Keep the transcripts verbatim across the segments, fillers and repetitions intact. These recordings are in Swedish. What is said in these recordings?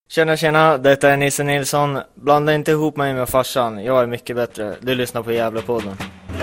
Tjena tjena, detta är Nisse Nilsson. Blanda inte ihop mig med farsan, jag är mycket bättre. Du lyssnar på Gävlepodden.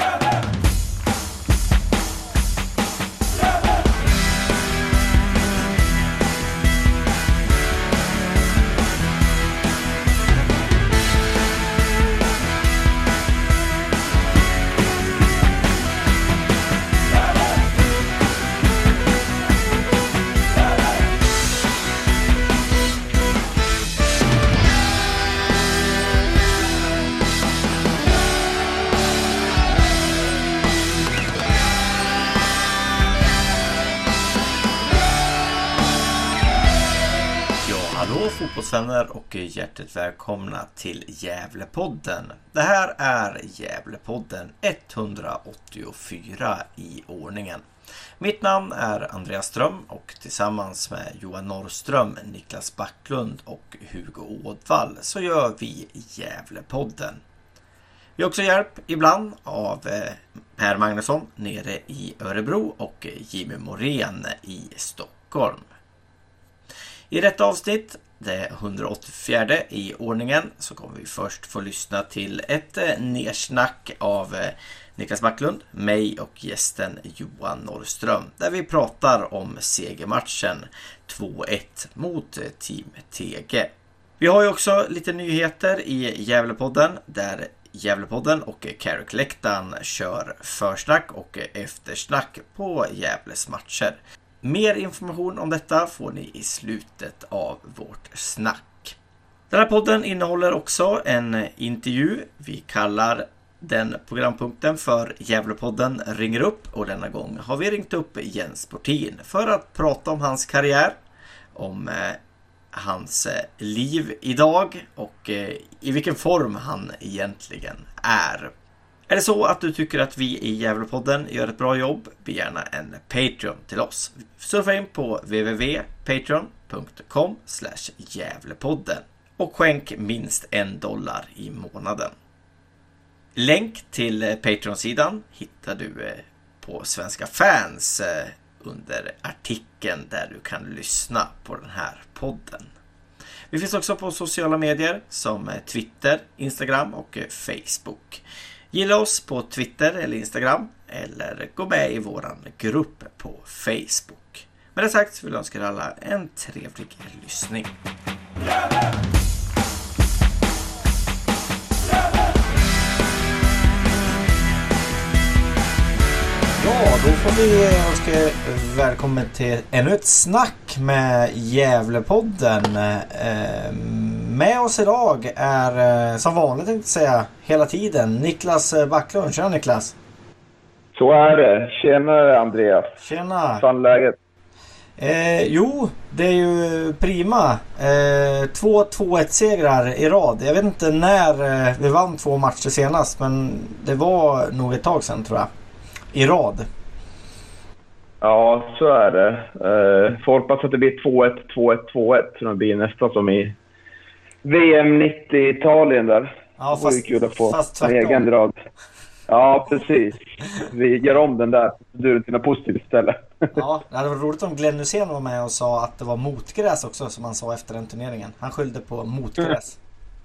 Fotbollsvänner och hjärtligt välkomna till Gävlepodden. Det här är Gävlepodden etthundraåttiofyra i ordningen. Mitt namn är Andreas Ström och tillsammans med Johan Norrström, Niklas Backlund och Hugo Ådvall så gör vi Gävlepodden. Vi har också hjälp ibland av Per Magnusson nere i Örebro och Jimmy Morén i Stockholm. I detta avsnitt, det hundraåttiofjärde i ordningen, så kommer vi först få lyssna till ett nersnack av Niklas Backlund, mig och gästen Johan Norrström, där vi pratar om segermatchen två ett mot Team T G. Vi har ju också lite nyheter i Gävlepodden, där Gävlepodden och Carrick-läktaren kör försnack och eftersnack på Gävles matcher. Mer information om detta får ni i slutet av vårt snack. Den här podden innehåller också en intervju. Vi kallar den programpunkten för Gävlepodden ringer upp, och denna gång har vi ringt upp Jens Portin för att prata om hans karriär, om eh, hans eh, liv idag och eh, i vilken form han egentligen är. Är det så att du tycker att vi i Gävlepodden gör ett bra jobb, be gärna en Patreon till oss. Surfa in på w w w punkt patreon punkt com slash Gävlepodden och skänk minst en dollar i månaden. Länk till Patreon-sidan hittar du på Svenska Fans under artikeln där du kan lyssna på den här podden. Vi finns också på sociala medier som Twitter, Instagram och Facebook. Gilla oss på Twitter eller Instagram eller gå med i våran grupp på Facebook. Med det sagt vill jag önska er alla en trevlig lyssning. Ja, då får vi önska välkommen till ännu ett snack med Gävlepodden. Med oss idag är, som vanligt tänkte jag säga, hela tiden Niklas Backlund. Tjena Niklas. Så är det. Tjena Andreas. Tjena. Sannläget. Eh, jo, det är ju prima. Eh, två två ett segrar i rad. Jag vet inte när eh, vi vann två matcher senast, men det var nog ett tag sedan tror jag. I rad. Ja, så är det. Eh, folk hoppas att det blir två ett, två ett, två ett. Så det blir nästan som i V M nittio i Italien där. Ja, fast, kul att få fast en egen drag. Ja, precis. Vi gör om den där duren till något positivt istället. Ja, det hade varit roligt om Glenn Hussein var med och sa att det var motgräs också, som han sa efter den turneringen. Han skyllde på motgräs.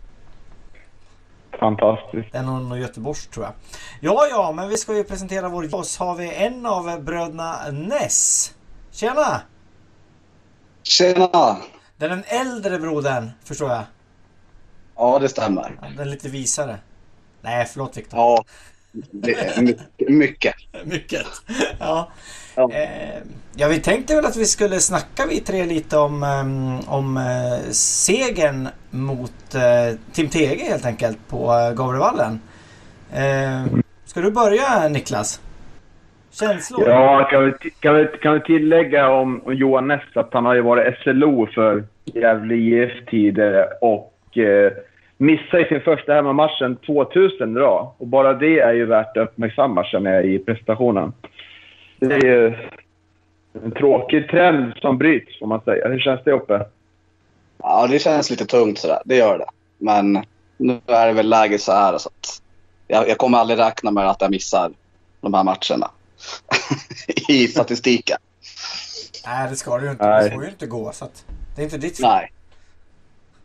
Fantastiskt. Det är någon Göteborgs tror jag. Ja, ja, men vi ska ju presentera vår gäst. Har vi en av bröderna Ness. Tjena! Tjena! Det är den äldre brodern, förstår jag. Ja, det stämmer. Ja, den är lite visare. Nej, förlåt Victor. Ja, det är mycket. Mycket. mycket. Ja. Ja. Eh, ja, vi tänkte väl att vi skulle snacka vi tre lite om, um, om uh, segern mot uh, Team T G helt enkelt på uh, Gavlevallen. Eh, ska du börja Niklas? Känslor? Ja, kan vi, kan vi, kan vi tillägga om, om Johan Ness att han har ju varit S L O för Gävle I F-tider och eh, missade i sin första hemmamatchen tvåtusen då. Och bara det är ju värt att uppmärksamma känner jag i prestationen. Det är ju en tråkig trend som bryts, får man säga. Hur känns det uppe? Ja, det känns lite tungt sådär. Det gör det. Men nu är det väl läge så här så att jag, jag kommer aldrig räkna med att jag missar de här matcherna i statistiken. Nej, det ska du ju inte. Det får ju inte gå. Så att det är inte ditt fel. Nej.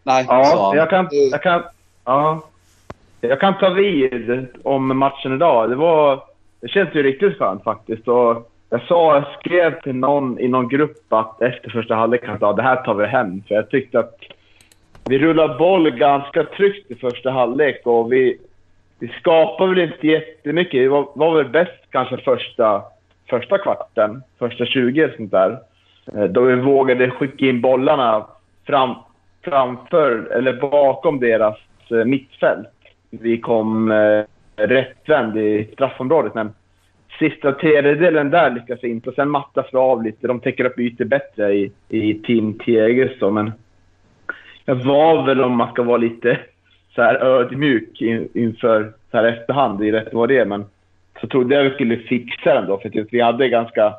Nej, Ja, så. jag kan, jag kan, ja, jag kan ta vid om matchen idag. Det var, det känns ju riktigt skönt faktiskt. Och jag sa, jag skrev till någon i någon grupp att efter första halvlek att ja, det här tar vi hem. För jag tyckte att vi rullade boll ganska tryggt i första halvlek och vi, vi skapade väl inte jättemycket. Vi var, var väl bäst kanske första, första kvarten, första tjugo sånt där. Då vi vågade skicka in bollarna fram, framför eller bakom deras mittfält. Vi kom eh, rättvänd i straffområdet, men sista tredjedelen där lyckas inte. Och sen mattas vi av lite. De täcker upp ytor bättre i, i Team Tegers. Men jag var väl, om man ska vara lite så här ödmjuk in, inför så här efterhand, det är rätt vad det är. Men så trodde jag vi skulle fixa den då. För att vi hade ganska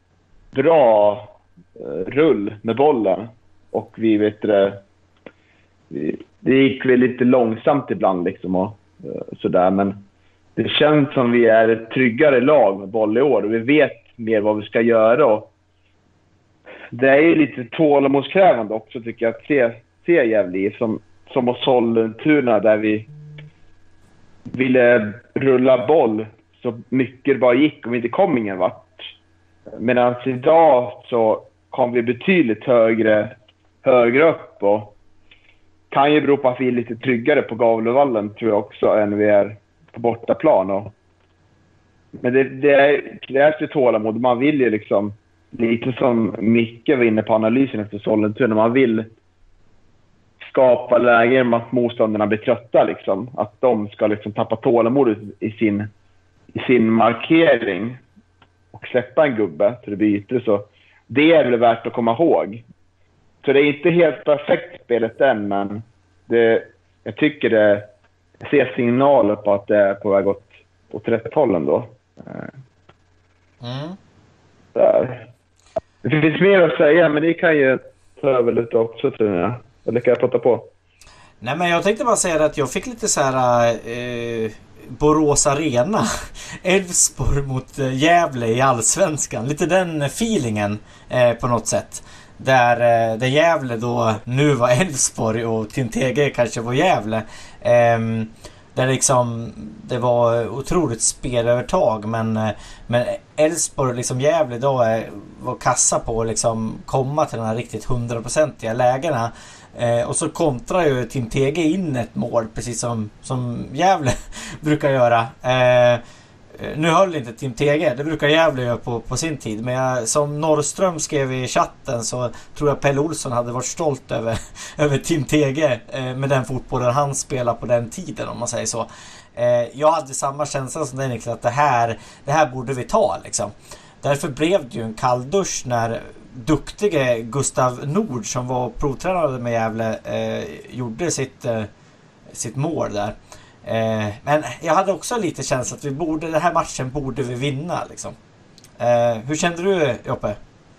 bra eh, rull med bollen. Och vi vet det, det gick väl lite långsamt ibland liksom och sådär, men det känns som vi är ett tryggare lag med boll i år och vi vet mer vad vi ska göra. Och det är ju lite tålamodskrävande också tycker jag att se, se Gävle som, som hos Sollentuna där vi ville rulla boll så mycket det bara gick och vi inte kom ingen vart. Medan idag så kom vi betydligt högre, högre upp och kan ju bero på att vi är lite tryggare på Gavlevallen tror jag också än vi är på bortaplan. Och men det, det, är, det är ju tålamod. Man vill ju liksom, lite som Micke var inne på analysen efter Sollentuna, man vill skapa lägen med att motståndarna blir trötta liksom. Att de ska liksom tappa tålamod i sin, i sin markering och släppa en gubbe till det byter. Så det är väl värt att komma ihåg. Så det är inte helt perfekt spelet än, men det, jag tycker det, jag ser signaler på att det är på väg åt, åt rätt håll ändå. Mm. Där. Det finns mer att säga, men det kan ju ta över lite också tror jag. Eller kan jag prata på? Nej, men jag tänkte bara säga att jag fick lite så här eh, Borås Arena Elfsborg mot eh, Gävle i Allsvenskan. Lite den feelingen eh, på något sätt. Där, eh, där Gävle då nu var Elfsborg och Tintege kanske var Gävle. Eh, där liksom det var otroligt spelövertag, men men Elfsborg liksom Gävle då är, var kassa på att liksom komma till den här riktigt hundraprocentiga lägena. Eh, och så kontrar ju Tintege in ett mål precis som, som Gävle brukar göra. Eh, nu höll inte Tintege, det brukar Gävle göra på, på sin tid. Men jag, som Norrström skrev i chatten så tror jag Pelle Olsson hade varit stolt över, över Tintege eh, med den fotbollen han spelar på den tiden, om man säger så. Eh, jag hade samma känsla som den, att det här, det här borde vi ta liksom. Därför blev det ju en kalldusch när duktige Gustav Nord som var provtränare med Gävle eh, gjorde sitt, eh, sitt mål där. Eh, men jag hade också lite känsla att vi borde, den här matchen borde vi vinna liksom. Eh, hur kände du, Joppe?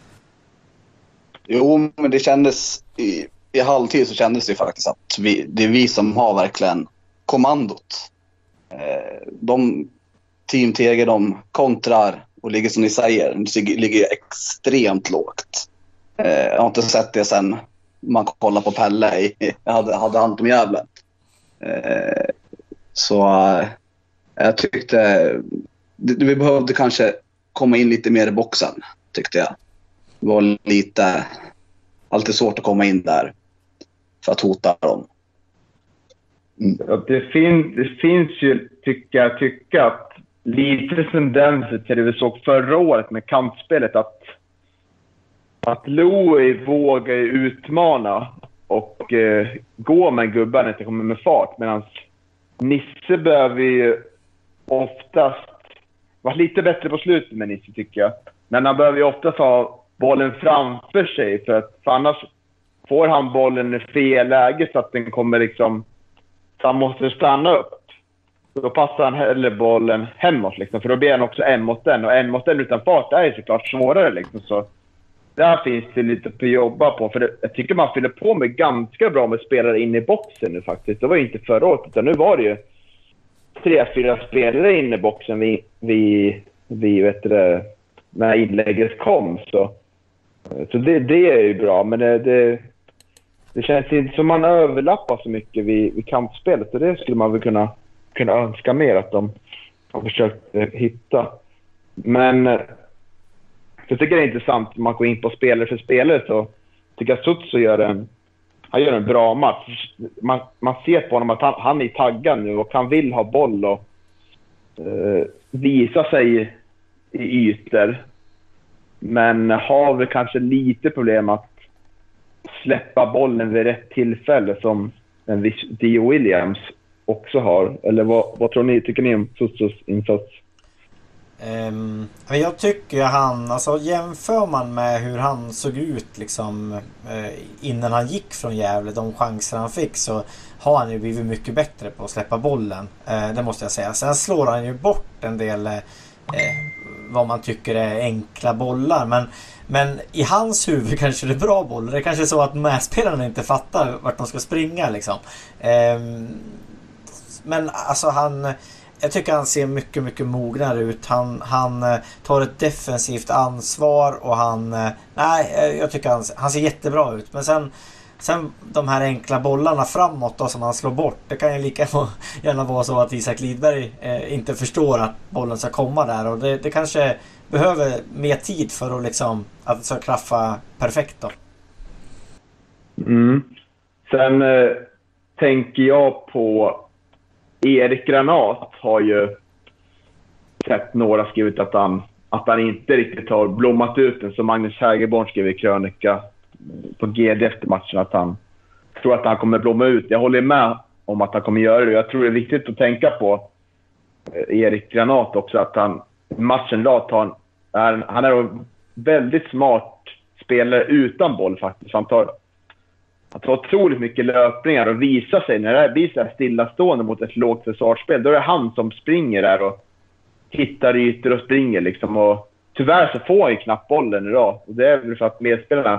Jo, men det kändes i, i halvtid så kändes det faktiskt att vi, det är vi som har verkligen kommandot. Eh, de Team T G, de kontrar och ligger som ni säger, ligger extremt lågt. Eh, jag har inte sett det sen man kollar på Pelle i, jag hade, hade hand om Gävle. Eh, så eh, jag tyckte det, vi behövde kanske komma in lite mer i boxen, tyckte jag. Det var lite alltid svårt att komma in där för att hota dem. Mm. Ja, det, fin- det finns ju, tycker jag, tycka att lite tendenser till det vi såg förra året med kantspelet, att att Louis vågar utmana och eh, gå med en gubbe när det kommer med fart, medan Nisse behöver ju oftast vara lite bättre på slutet med Nisse, tycker jag. Men han behöver ju oftast ha bollen framför sig, för att för annars får han bollen i fel läge så att den kommer liksom, så han måste stanna upp. Då passar han hellre bollen hemåt liksom, för då blir han också en mot den, och en mot den utan fart är ju såklart svårare liksom. Så där finns det lite att jobba på, för det, jag tycker man fyller på med ganska bra med spelare in i boxen nu faktiskt. Det var ju inte förra året, utan nu var det ju tre, fyra spelare in i boxen vi, vi, vi vet det, när inlägget kom. Så, så det, det är ju bra, men det, det, det känns inte som man överlappar så mycket vid, vid kampspelet. Och det skulle man väl kunna, kunna önska mer att de har försökt eh, hitta. Men eh, jag tycker det är intressant om man går in på spelare för spelare, så tycker jag Sutsu gör en, han gör en bra match. Man, man ser på honom att han, han är taggad nu och han vill ha boll och eh, visa sig i, i ytor. Men har väl kanske lite problem att släppa bollen vid rätt tillfälle som en viss Dio Williams också har. Eller vad, vad tror ni, tycker ni om Sutsus insats? Um, jag tycker han, alltså jämför man med hur han såg ut liksom uh, innan han gick från Gävle, de chanser han fick, så har han ju blivit mycket bättre på att släppa bollen. Uh, det måste jag säga. Sen slår han ju bort en del uh, vad man tycker är enkla bollar, men men i hans huvud kanske det är bra bollar. Det är kanske så att medspelarna inte fattar vart de ska springa liksom. Um, men alltså han, jag tycker han ser mycket, mycket mognare ut. Han, han tar ett defensivt ansvar och han, nej, jag tycker han, han ser jättebra ut. Men sen, sen de här enkla bollarna framåt då, som han slår bort, det kan ju lika gärna vara så att Isak Lidberg eh, inte förstår att bollen ska komma där. Och det, det kanske behöver mer tid för att liksom, att det ska klaffa perfekt då. Mm. Sen eh, tänker jag på Erik Granat har ju sett några skrivit att han, att han inte riktigt har blommat ut den, som Magnus Hägerborn skrev i krönika på G D efter matchen, att han tror att han kommer blomma ut. Jag håller med om att han kommer göra det. Jag tror det är viktigt att tänka på Erik Granat också, att han matchen lat han är, han är en väldigt smart spelare utan boll faktiskt. Han tar Han tar otroligt mycket löpningar och visar sig när det blir så här stillastående mot ett lågt försvarsspel. Då är det han som springer där och hittar ytor och springer liksom. Och tyvärr så får han ju knappt bollen idag. Och det är väl för att medspelarna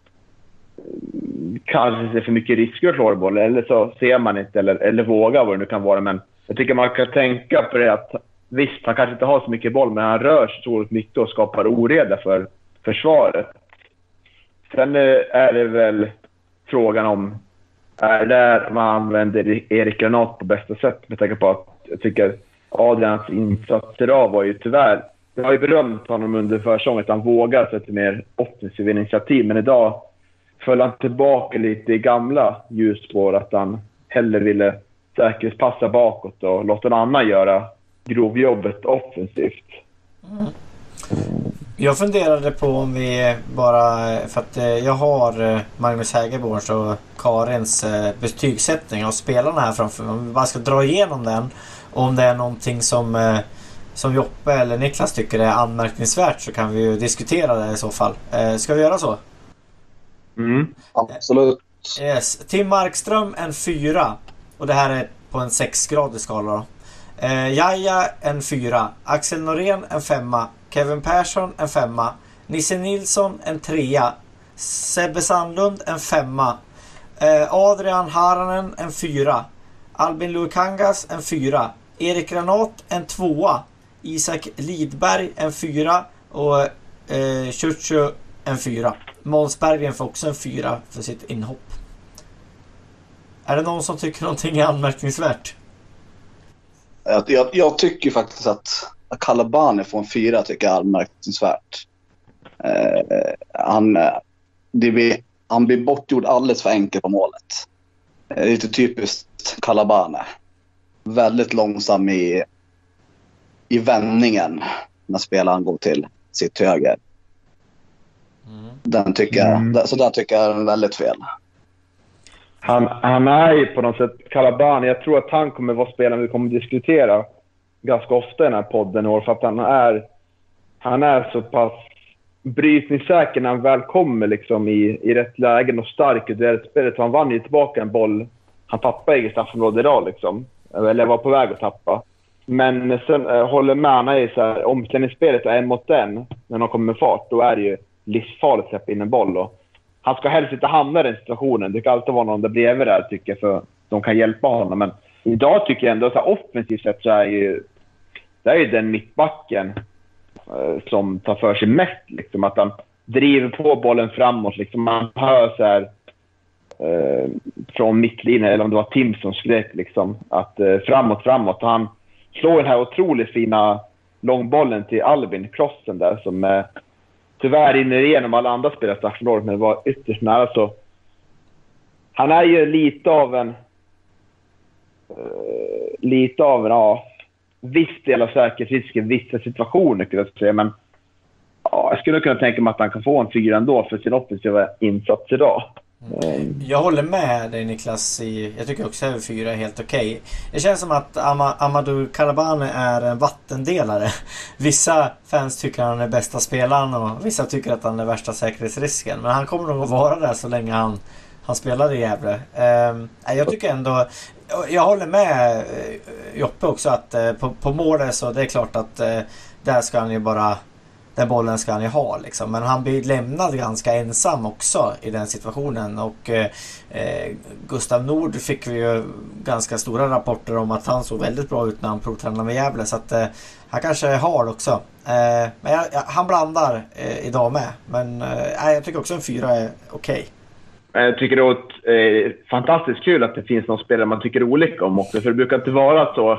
kanske ser för mycket risker att slå bollen. Eller så ser man inte eller, eller vågar vad det nu kan vara. Men jag tycker man kan tänka på det att visst, han kanske inte har så mycket boll, men han rör sig så mycket och skapar oreda för försvaret. Sen är det väl frågan om är där man använder Erik Granat på bästa sätt, med tanke på att jag tycker Adrians insats idag var ju tyvärr, jag har ju berömt honom under försäsongen att han vågar sätta mer offensiv initiativ, men idag föll han tillbaka lite i gamla ljusspår, att han hellre ville säkerhetspassa bakåt och låta någon annan göra grovjobbet offensivt. Mm. Jag funderade på om vi bara, för att jag har Magnus Hägerborns och Karins betygssättning av spelarna här framför, om vi bara ska dra igenom den, och om det är någonting som som Joppe eller Niklas tycker är anmärkningsvärt, så kan vi ju diskutera det i så fall. Ska vi göra så? Mm. Absolut. Yes. Tim Markström en fyra, och det här är på en sexgradig skala då. Eh, Jaja en fyra, Axel Norén en femma, Kevin Persson en femma, Nisse Nilsson en trea, Sebbe Sandlund en femma, eh, Adrian Haranen en fyra, Albin Lukangas en fyra, Erik Granat en tvåa, Isak Lidberg en fyra och eh, Chuchu en fyra. Måns Berggren får också en fyra för sitt inhopp. Är det någon som tycker någonting är anmärkningsvärt? Jag, jag, jag tycker faktiskt att Kalabani får en fyra, tycker jag är anmärkningsvärt. Eh, han, det blir, han blir bortgjord alldeles för enkelt på målet. Eh, lite typiskt Kalabani. Väldigt långsam i, i vändningen när spelaren går till sitt höger. Mm. Den tycker jag, mm. Så där tycker jag är väldigt fel. Han, han är ju på något sätt Kalabani. Jag tror att han kommer vara spelaren vi kommer diskutera ganska ofta i den här podden i år, för att han är han är så pass brytningssäker när han väl kommer liksom i, i rätt lägen och stark i det spelet. Han vann ju tillbaka en boll han tappade i straffområdet idag liksom, eller var på väg att tappa. Men sen äh, håller med, han är så här, omställningsspelet är en mot en när de kommer med fart, då är det ju livsfarligt att släppa in en boll, och han ska helst inte hamna i den situationen. Det kan alltid vara någon där bredvid där, tycker jag, för de kan hjälpa honom. Men idag tycker jag ändå så här, offensivt sett så är ju det är ju den mittbacken eh, som tar för sig mest liksom, att han driver på bollen framåt liksom. Man hör så här eh, från mittlinjen, eller om det var Tim som skrek liksom, att eh, framåt, framåt. Och han slår den här otroligt fina långbollen till Albin, krossen där, som eh, tyvärr rinner igenom alla andra spelare straffområdet, men det var ytterst nära. Så han är ju lite av en uh, lite av en ja, viss del av säkerhetsrisk i vissa situationer, kan jag säga. Men ja, jag skulle kunna tänka mig att han kan få en fyra ändå för sin offensiva insats idag. Mm. Jag håller med dig, Niklas. I, jag tycker också att fyra är helt okej. Okay. Det känns som att Ama, Amadou Karabane är en vattendelare. Vissa fans tycker att han är bästa spelaren och vissa tycker att han är värsta säkerhetsrisken. Men han kommer nog att vara där så länge han, han spelar i Gävle. Uh, jag tycker ändå... Jag håller med uh, Joppe också att uh, på, på målet så det är klart att uh, där ska han ju bara... Den bollen ska han ju ha liksom. Men han blir lämnad ganska ensam också i den situationen. Och eh, Gustav Nord fick vi ju ganska stora rapporter om att han såg väldigt bra ut när han provtränade med Gävle. Så att eh, han kanske är hard också. Eh, men jag, jag, han blandar eh, idag med. Men eh, jag tycker också en fyra är okej. Okay. Jag tycker det är eh, fantastiskt kul att det finns någon spelare man tycker olika om också. För det brukar inte vara så...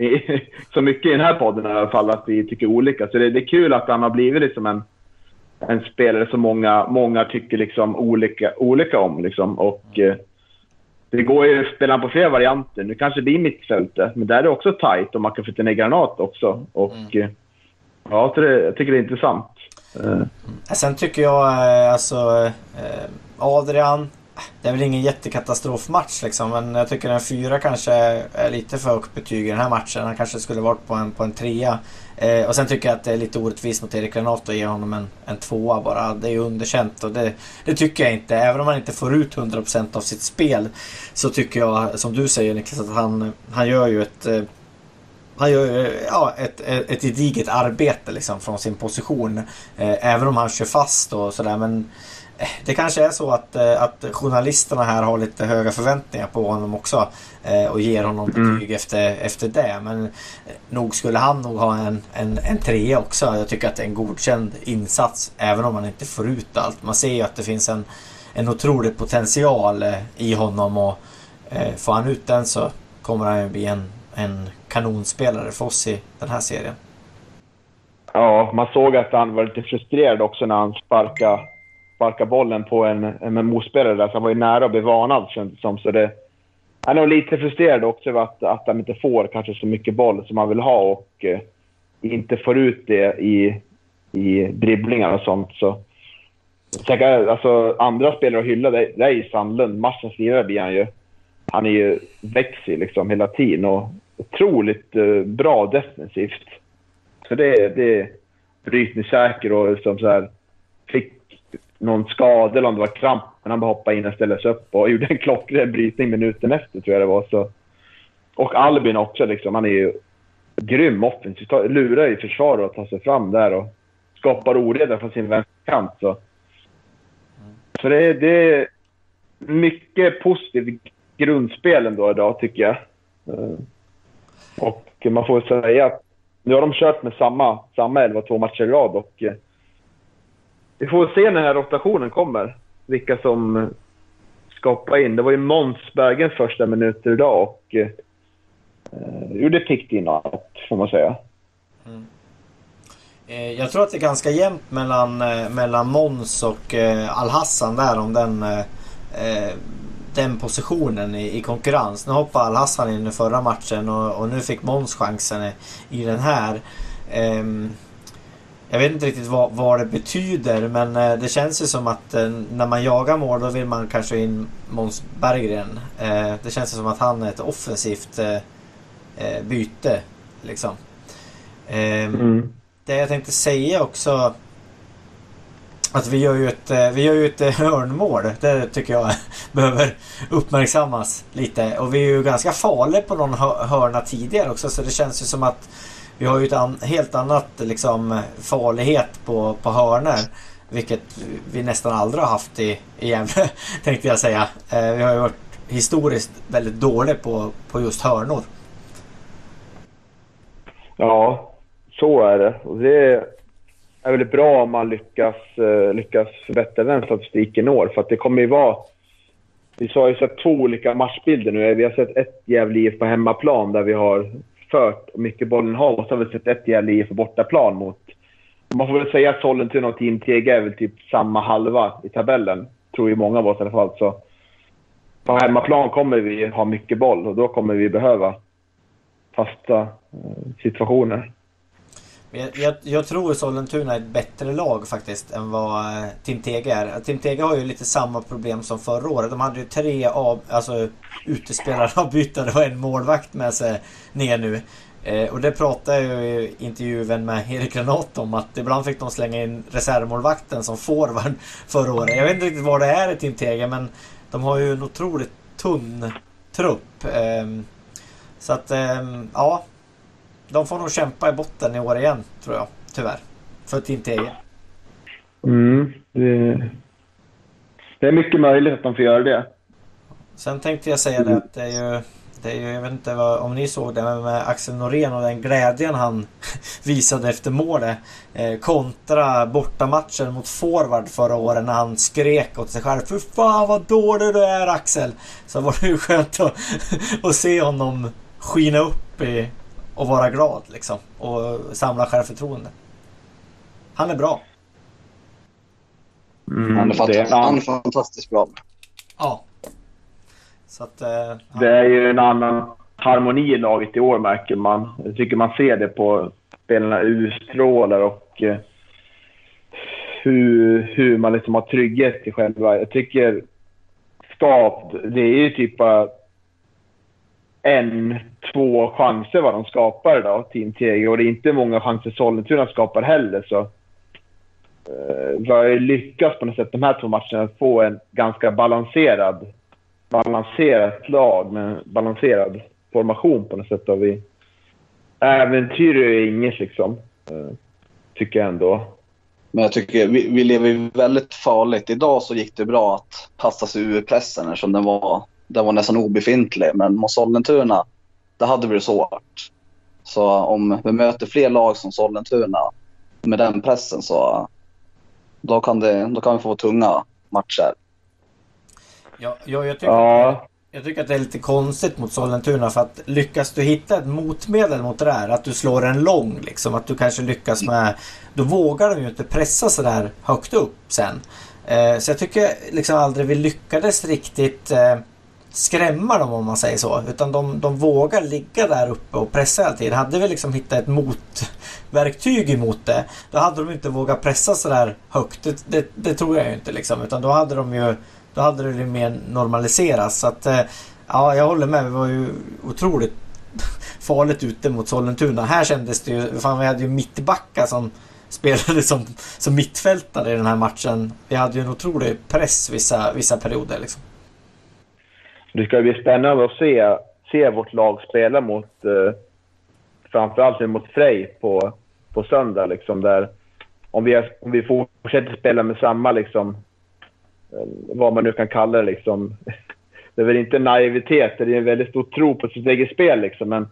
så mycket i den här podden i alla fall att vi tycker olika. Så det, det är kul att han har blivit liksom en, en spelare som många, många tycker liksom olika, olika om. Liksom. Och eh, det går ju att spela på flera varianter. Nu kanske det blir mittfältet, men där är det också tight och man kan få en granat också. Och mm. eh, ja, så det, jag tycker det är intressant. Mm. Sen tycker jag alltså eh, Adrian, det är väl ingen jättekatastrofmatch liksom, men jag tycker en fyra kanske är lite för högt betyg i den här matchen. Han kanske skulle varit på en, på en trea. Eh, och sen tycker jag att det är lite orättvist mot Erik Renato att ge honom en, en tvåa bara. Det är ju underkänt och det, det tycker jag inte. Även om han inte får ut hundra procent av sitt spel så tycker jag, som du säger Niklas, att han, han gör ju ett... Eh, Han gör ja, ett, ett, ett gediget arbete liksom, från sin position. Eh, även om han kör fast och sådär. Men eh, det kanske är så att, eh, att journalisterna här har lite höga förväntningar på honom också. Eh, och ger honom betyg mm. efter, efter det. Men eh, nog skulle han nog ha en, en, en trea också. Jag tycker att det är en godkänd insats. Även om man inte får ut allt. Man ser ju att det finns en, en otrolig potential eh, i honom. Och eh, får han ut den så kommer han ju bli en en kanonspelare för oss i den här serien. Ja, man såg att han var lite frustrerad också när han sparkade, sparkade bollen på en, en motspelare där. Så han var ju nära att bli varnad, som. Så det, han är lite frustrerad också över att, att han inte får kanske så mycket boll som han vill ha och eh, inte får ut det i, i dribblingar och sånt. Så, så alltså, andra spelare att hylla, det, det är ju Sandlund. Matchens lirare blir han ju. Han är ju växig liksom hela tiden och otroligt uh, bra defensivt. Så det, det är brytningssäker och liksom så här, fick någon skada eller om det var kramp, men han bara hoppade in och ställde sig upp och gjorde en klockren brytning minuten efter, tror jag det var. Så. Och Albin också, liksom, han är ju grym offensivt. Lurar i försvar och tar sig fram där och skapar oreda från sin vänsterkant. Så, så det, det är mycket positivt grundspelen då idag, tycker jag. Och man får säga att nu har de kört med samma, samma elva två matcher i rad och vi får se när den här rotationen kommer. Vilka som skapar in. Det var ju Måns Bergen första minuter idag och eh, gjorde pikt inåt, får man säga. Mm. Eh, jag tror att det är ganska jämnt mellan, eh, mellan Måns och eh, Al-Hassan där om den eh, den positionen i, i konkurrens. Nu hoppade Al-Hassan in i förra matchen och, och nu fick Måns chansen i, i den här. Um, jag vet inte riktigt vad, vad det betyder, men uh, det känns ju som att uh, när man jagar mål då vill man kanske in Måns Berggren. Uh, det känns ju som att han är ett offensivt uh, uh, byte liksom. Um, mm. Det jag tänkte säga också, att vi gör ju ett, vi gör ju ett hörnmål. Det tycker jag behöver uppmärksammas lite. Och vi är ju ganska farliga på någon hörna tidigare också. Så det känns ju som att vi har ju ett an, helt annat liksom, farlighet på, på hörnor. Vilket vi nästan aldrig har haft i, i Gävle, tänkte jag säga. Eh, vi har ju varit historiskt väldigt dåliga på, på just hörnor. Ja, så är det. Och det är... Det är väldigt bra om man lyckas, uh, lyckas förbättra den statistiken år. För att det kommer ju vara vi har ju sett två olika matchbilder nu. Vi har sett ett Gävle I F på hemmaplan där vi har fört mycket bollen har, och så har vi sett ett Gävle I F på bortaplan mot, man får väl säga att Sollentuna och Team T G är väl typ samma halva i tabellen, tror ju många av oss i alla fall. Så på hemmaplan kommer vi ha mycket boll och då kommer vi behöva fasta eh, situationer. Jag, jag, jag tror att Sollentuna är ett bättre lag faktiskt än vad Team T G är. Team T G har ju lite samma problem som förra året. De hade ju tre av, alltså, utespelare avbytare och en målvakt med sig ner nu. Eh, och det pratade ju i intervjun med Erik Renat om, att ibland fick de slänga in reservmålvakten som forward förra året. Jag vet inte riktigt vad det är i Team T G, men de har ju en otroligt tunn trupp. Eh, så att, eh, ja... De får nog kämpa i botten i år igen, tror jag, tyvärr. För Team T G. Mm, det, det är mycket möjligt att de får göra det. Sen tänkte jag säga det att det är ju, det är ju jag vet inte vad, om ni såg det med Axel Norén och den glädjen han visade efter målet. Eh, kontra bortamatchen mot forward förra året när han skrek åt sig själv: för fan vad dålig du är, Axel. Så var det ju skönt att, att se honom skina upp i... och vara glad liksom. Och samla självförtroende. Han är bra. Mm, han, är fant- det, han är fantastiskt bra. Ja. Så att, eh, det är ju en annan harmoni i laget i år, märker man. Jag tycker man ser det på spelarna utstrålar och eh, hur, hur man liksom har trygghet i själva. Jag tycker skap, det är ju typ en, två chanser vad de skapar då, Team T G, och det är inte många chanser Sollentuna skapar heller, så eh, vi har ju lyckats på något sätt de här två matcherna att få en ganska balanserad balanserat lag med balanserad formation på något sätt, och vi äventyr är inget liksom, eh, tycker jag ändå. Men jag tycker vi, vi lever väldigt farligt. Idag så gick det bra att passa sig ur pressen eftersom den var Den var nästan obefintlig, men mot Sollentuna, det hade blivit svårt. Så om vi möter fler lag som Sollentuna med den pressen, så då kan, det, då kan vi få tunga matcher. Ja, jag, jag, tycker ja. att, jag tycker att det är lite konstigt mot Sollentuna, för att lyckas du hitta ett motmedel mot det här, att du slår en lång liksom, att du kanske lyckas med, då vågar de ju inte pressa så där högt upp sen. Eh, så jag tycker liksom aldrig vi lyckades riktigt eh, skrämma dem, om man säger så, utan de, de vågar ligga där uppe och pressa hela tiden. Hade vi liksom hittat ett motverktyg emot det, då hade de inte vågat pressa så där högt. Det, det, det tror jag ju inte liksom, utan då hade de ju då hade det ju mer normaliseras. Så att, ja, jag håller med, vi var ju otroligt farligt ute mot Sollentuna. Här kändes det ju, fan, vi hade ju mittbacka som spelade som, som mittfältare i den här matchen. Vi hade ju en otrolig press vissa, vissa perioder liksom. Det ska bli spännande att se, se vårt lag spela mot eh, framförallt mot Frej på, på söndag liksom, där om vi, om vi fortsätter spela med samma liksom, eh, vad man nu kan kalla det liksom, det är väl inte naivitet, det är en väldigt stor tro på sitt eget spel liksom, men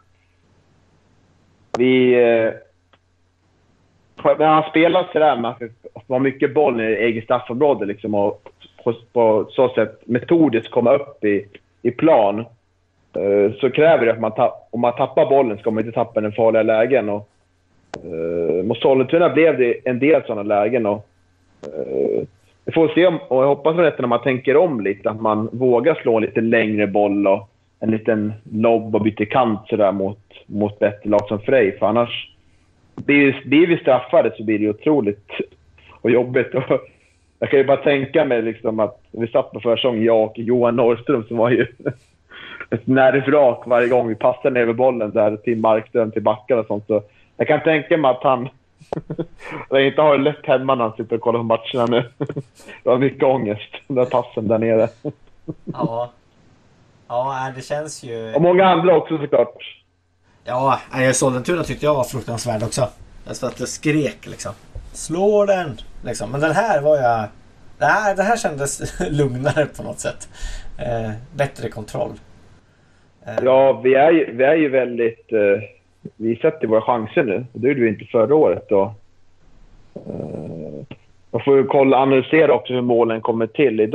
vi eh, när han spelar sådär med att ha mycket boll i eget straffområde liksom, och på, på så sätt metodiskt komma upp i i plan, så kräver det att man tapp, om man tappar bollen ska man inte tappa den farliga lägen, och uh, mot Sollentuna blev det en del sådana lägen, och uh, vi får se om, och jag hoppas att när man tänker om lite, att man vågar slå en lite längre boll och en liten lobb och byta kant sådär mot, mot bättre lag som Frej, för annars blir, blir vi straffade så blir det otroligt och jobbigt. Och jag kan ju bara tänka mig liksom att vi satt på försäsong, jag och Johan Norrström, som var ju ett nervrak varje gång vi passade ner över bollen där till Markström, till backar och sånt. Så jag kan tänka mig att han inte har det lätt hemma när han sitter och kollar på matcherna nu. Det var mycket ångest, den där passen där nere. Ja, ja, det känns ju... Och många andra också såklart. Ja, Sollentuna tyckte jag var fruktansvärd också. Jag så att det skrek liksom. Slå den! Liksom. Men den här var jag... Det här, det här kändes lugnare på något sätt. Eh, bättre kontroll. Eh. Ja, vi är, ju, vi är ju väldigt... Eh, vi sätter våra chanser nu. Det gjorde vi inte förra året. Och, eh, man får ju kolla, analysera också hur målen kommer till. Idag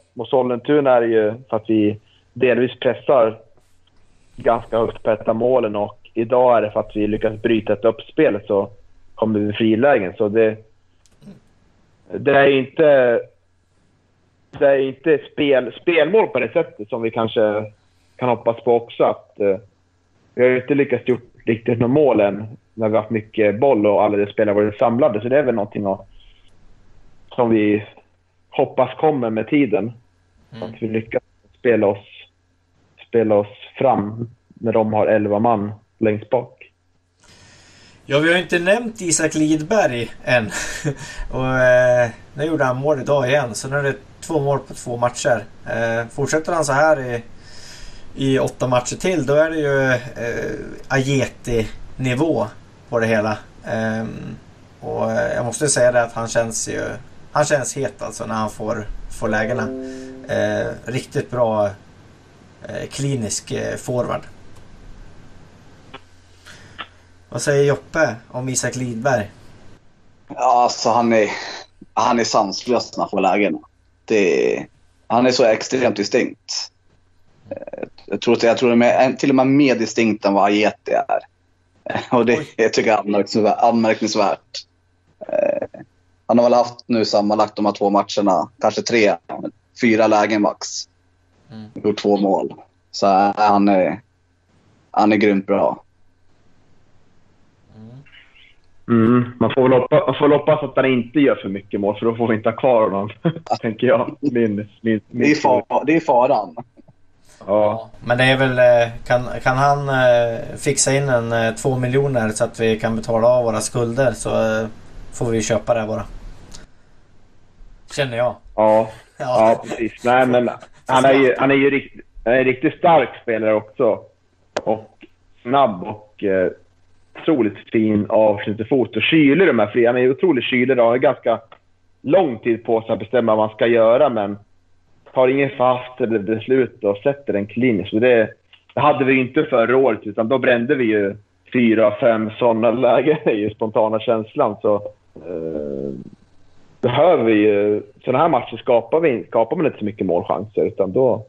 mot Sollentuna är det ju för att vi delvis pressar ganska högt på ett av målen, och idag är det för att vi lyckas bryta ett uppspel så kommer vi frilägen. Så det, det är inte det är inte spel, spelmål på det sättet som vi kanske kan hoppas på också. Att, uh, vi har ju inte lyckats gjort riktigt med målen när vi har haft mycket boll och alla de spelare varit samlade. Så det är väl någonting att, som vi hoppas kommer med tiden. Mm. Att vi lyckas spela oss, spela oss fram när de har elva man längst bak. Ja, vi har inte nämnt Isak Lidberg än. Och eh, nu gjorde han mål idag igen. Så nu är det två mål på två matcher. Eh, fortsätter han så här i, i åtta matcher till, då är det ju eh, Ajeti-nivå på det hela. Eh, och jag måste säga det att han känns ju han känns het alltså när han får, får lägena. Eh, riktigt bra eh, klinisk eh, forward. Vad säger Joppe om Isak Lidberg? Ja, alltså han är, han är sanslös när han får lägen. Det, han är så extremt distinkt. Jag tror, jag tror det är till och med mer distinkt än vad Ajeti är. Och det jag tycker jag är anmärkningsvärt. anmärkningsvärt. Han har väl haft nu sammanlagt de här två matcherna, kanske tre, fyra lägen max. Mm. Gjort två mål. Så han är, han är grymt bra. Mm, man får väl hoppas, man får hoppas att han inte gör för mycket mål, för då får vi inte ha kvar honom, tänker jag. Min, min, min det, är far, det är faran. Ja. Men det är väl, kan, kan han eh, fixa in en eh, två miljoner så att vi kan betala av våra skulder, så eh, får vi köpa det bara. Känner jag. Ja, ja. ja precis. Nej, men han är ju, han är ju rikt, han är en riktigt stark spelare också. Och snabb och eh, otroligt fin avsnittfot och kylig de här fri. Han är ju otroligt kylig och har ganska lång tid på sig att bestämma vad man ska göra, men tar ingen fast eller beslut och sätter en klinisk. Så det, det hade vi inte förra året, utan då brände vi ju fyra, fem sådana lägen i spontana känslan. Så eh, behöver vi ju, sådana här matcher skapar, vi, skapar man inte så mycket målchanser, utan då,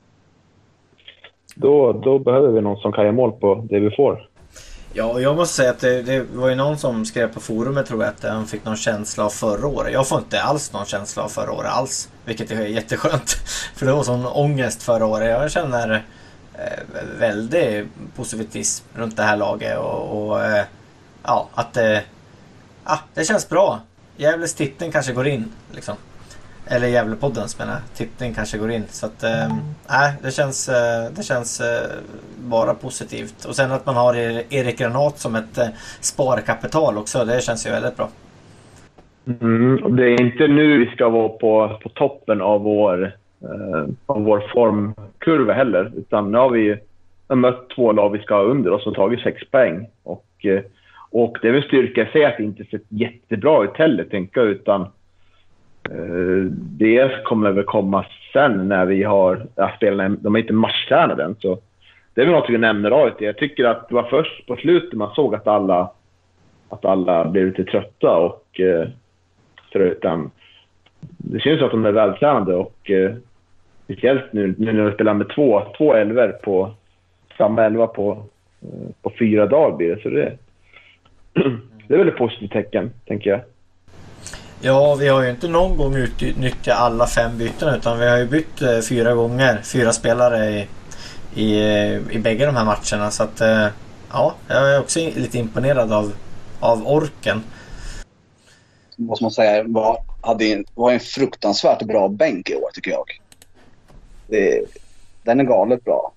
då, då behöver vi någon som kan göra mål på det vi får. Ja, jag måste säga att det, det var ju någon som skrev på forumet, tror jag, att han fick någon känsla av förra året. Jag får inte alls någon känsla av förra året alls, vilket är jätteskönt. För det var sån ångest förra året. Jag känner eh, väldigt positivism runt det här laget och, och eh, ja, att det, eh, ah, det känns bra. Gävles titeln kanske går in liksom. Eller Gävlepoddens menar titeln kanske går in. Så att eh, nej, det känns, eh, det känns eh, bara positivt. Och sen att man har Erik Granat som ett eh, sparkapital också, det känns ju väldigt bra. Mm, det är inte nu vi ska vara på, på toppen av vår, eh, av vår formkurva heller. Utan nu har vi mött två lag vi ska ha under oss och tagit sex poäng. Och, eh, och det är väl styrka att säga att det inte ser jättebra ut heller, tänka, utan Uh, det kommer väl komma sen när vi har ja, spelarna, de är inte matchtränade än, så det är väl något vi nämner av det. Jag tycker att det var först på slutet man såg att alla att alla blev lite trötta och uh, utan det känns som att de är vältränade och uh, speciellt nu, nu när vi spelar med två, två elver på samma elva på, uh, på fyra dagar blir det, så det, det är väl ett positivt tecken, tänker jag. Ja, vi har ju inte någon gång utnyttjat alla fem byten, utan vi har ju bytt eh, fyra gånger, fyra spelare i, i, i bägge de här matcherna. Så att eh, ja, jag är också lite imponerad av, av orken. Måste man säga, var, hade, var en fruktansvärt bra bänk i år, tycker jag. Det, den är galet bra.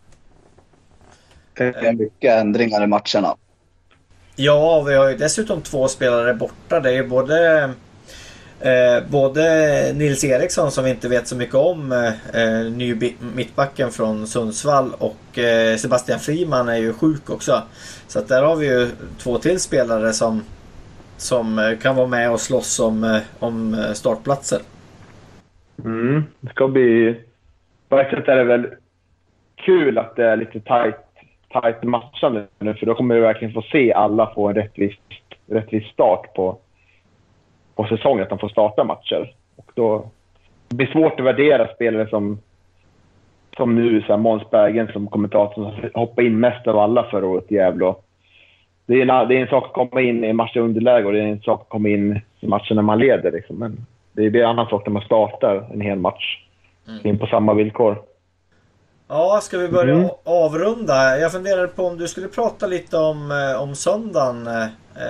Det är mycket ändringar i matcherna. Ja, vi har ju dessutom två spelare borta. Det är både eh, både Nils Eriksson, som vi inte vet så mycket om, eh, ny mittbacken från Sundsvall, och eh, Sebastian Friman är ju sjuk också. Så att där har vi ju två till spelare som, som kan vara med och slåss om, om startplatser. Mm, det ska bli... På ett sätt är det väl kul att det är lite tajt tajt matchande nu, för då kommer vi verkligen få se alla få en rättvis, rättvis start på, på säsongen, att de får starta matcher. Och då, det blir svårt att värdera spelare som, som nu, så här Måns Bergen som kommentator som hoppar in mest av alla förra året i Gävle. Det är, en, det är en sak att komma in i matcher underläge och det är en sak att komma in i matchen när man leder. Liksom. Men det är en annan sak när man startar en hel match mm. in på samma villkor. Ja, ska vi börja mm. avrunda? Jag funderar på om du skulle prata lite om, om söndagen, eh,